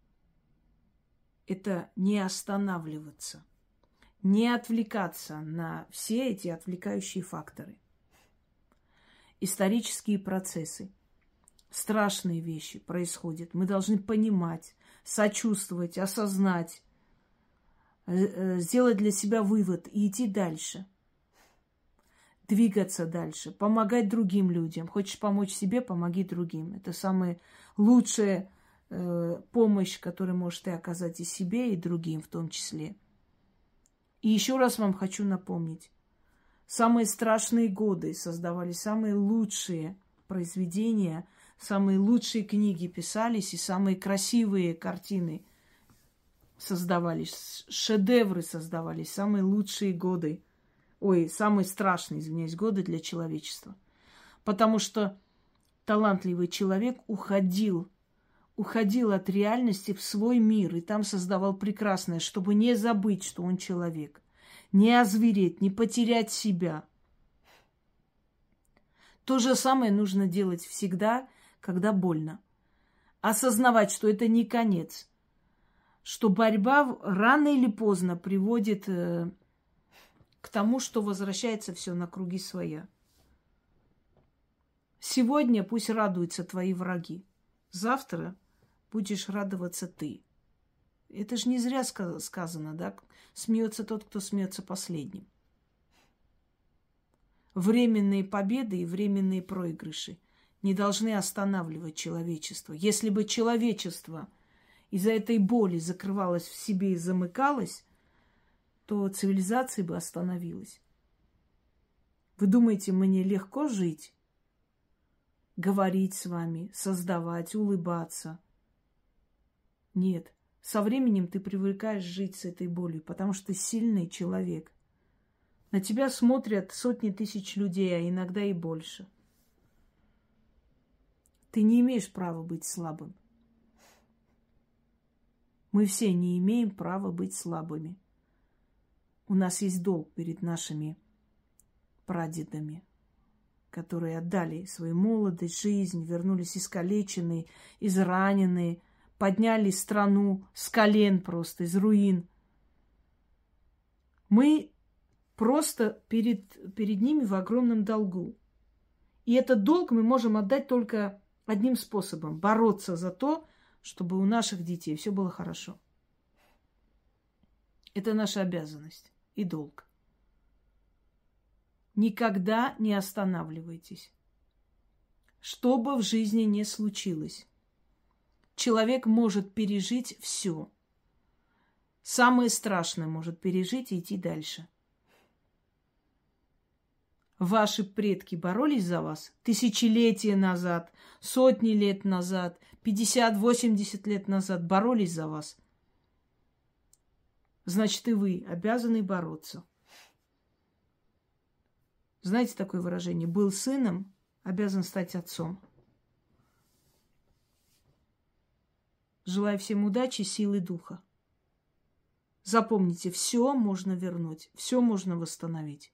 – это не останавливаться, не отвлекаться на все эти отвлекающие факторы. Исторические процессы, страшные вещи происходят. Мы должны понимать, сочувствовать, осознать, сделать для себя вывод и идти дальше. Двигаться дальше, помогать другим людям. Хочешь помочь себе, помоги другим. Это самая лучшая э, помощь, которую можешь ты оказать и себе, и другим в том числе. И еще раз вам хочу напомнить. Самые страшные годы создавали самые лучшие произведения, самые лучшие книги писались, и самые красивые картины создавались, шедевры создавались, самые лучшие годы. Ой, самые страшные, извиняюсь, годы для человечества. Потому что талантливый человек уходил, уходил от реальности в свой мир, и там создавал прекрасное, чтобы не забыть, что он человек, не озвереть, не потерять себя. То же самое нужно делать всегда, когда больно. Осознавать, что это не конец, что борьба рано или поздно приводит к тому, что возвращается все на круги своя. Сегодня пусть радуются твои враги. Завтра будешь радоваться ты. Это же не зря сказано, да? Смеется тот, кто смеется последним. Временные победы и временные проигрыши не должны останавливать человечество. Если бы человечество из-за этой боли закрывалось в себе и замыкалось, то цивилизация бы остановилась. Вы думаете, мне легко жить? Говорить с вами, создавать, улыбаться? Нет. Со временем ты привыкаешь жить с этой болью, потому что ты сильный человек. На тебя смотрят сотни тысяч людей, а иногда и больше. Ты не имеешь права быть слабым. Мы все не имеем права быть слабыми. У нас есть долг перед нашими прадедами, которые отдали свою молодость, жизнь, вернулись искалеченные, израненные, подняли страну с колен просто, из руин. Мы просто перед, перед ними в огромном долгу. И этот долг мы можем отдать только одним способом – бороться за то, чтобы у наших детей все было хорошо. Это наша обязанность и долг. Никогда не останавливайтесь. Что бы в жизни ни случилось, человек может пережить все. Самое страшное может пережить и идти дальше. Ваши предки боролись за вас тысячелетия назад, сотни лет назад, пятьдесят-восемьдесят лет назад боролись за вас. Значит, и вы обязаны бороться. Знаете такое выражение? Был сыном, обязан стать отцом. Желаю всем удачи, силы духа. Запомните, все можно вернуть, все можно восстановить.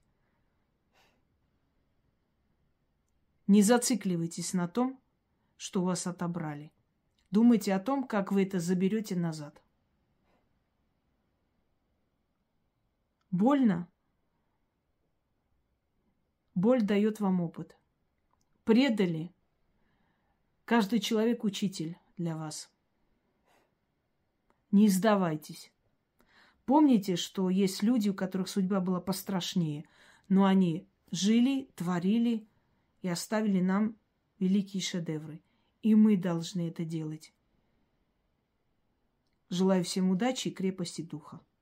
Не зацикливайтесь на том, что у вас отобрали. Думайте о том, как вы это заберете назад. Больно? Боль дает вам опыт. Предали? Каждый человек учитель для вас. Не сдавайтесь. Помните, что есть люди, у которых судьба была пострашнее, но они жили, творили и оставили нам великие шедевры. И мы должны это делать. Желаю всем удачи и крепости духа.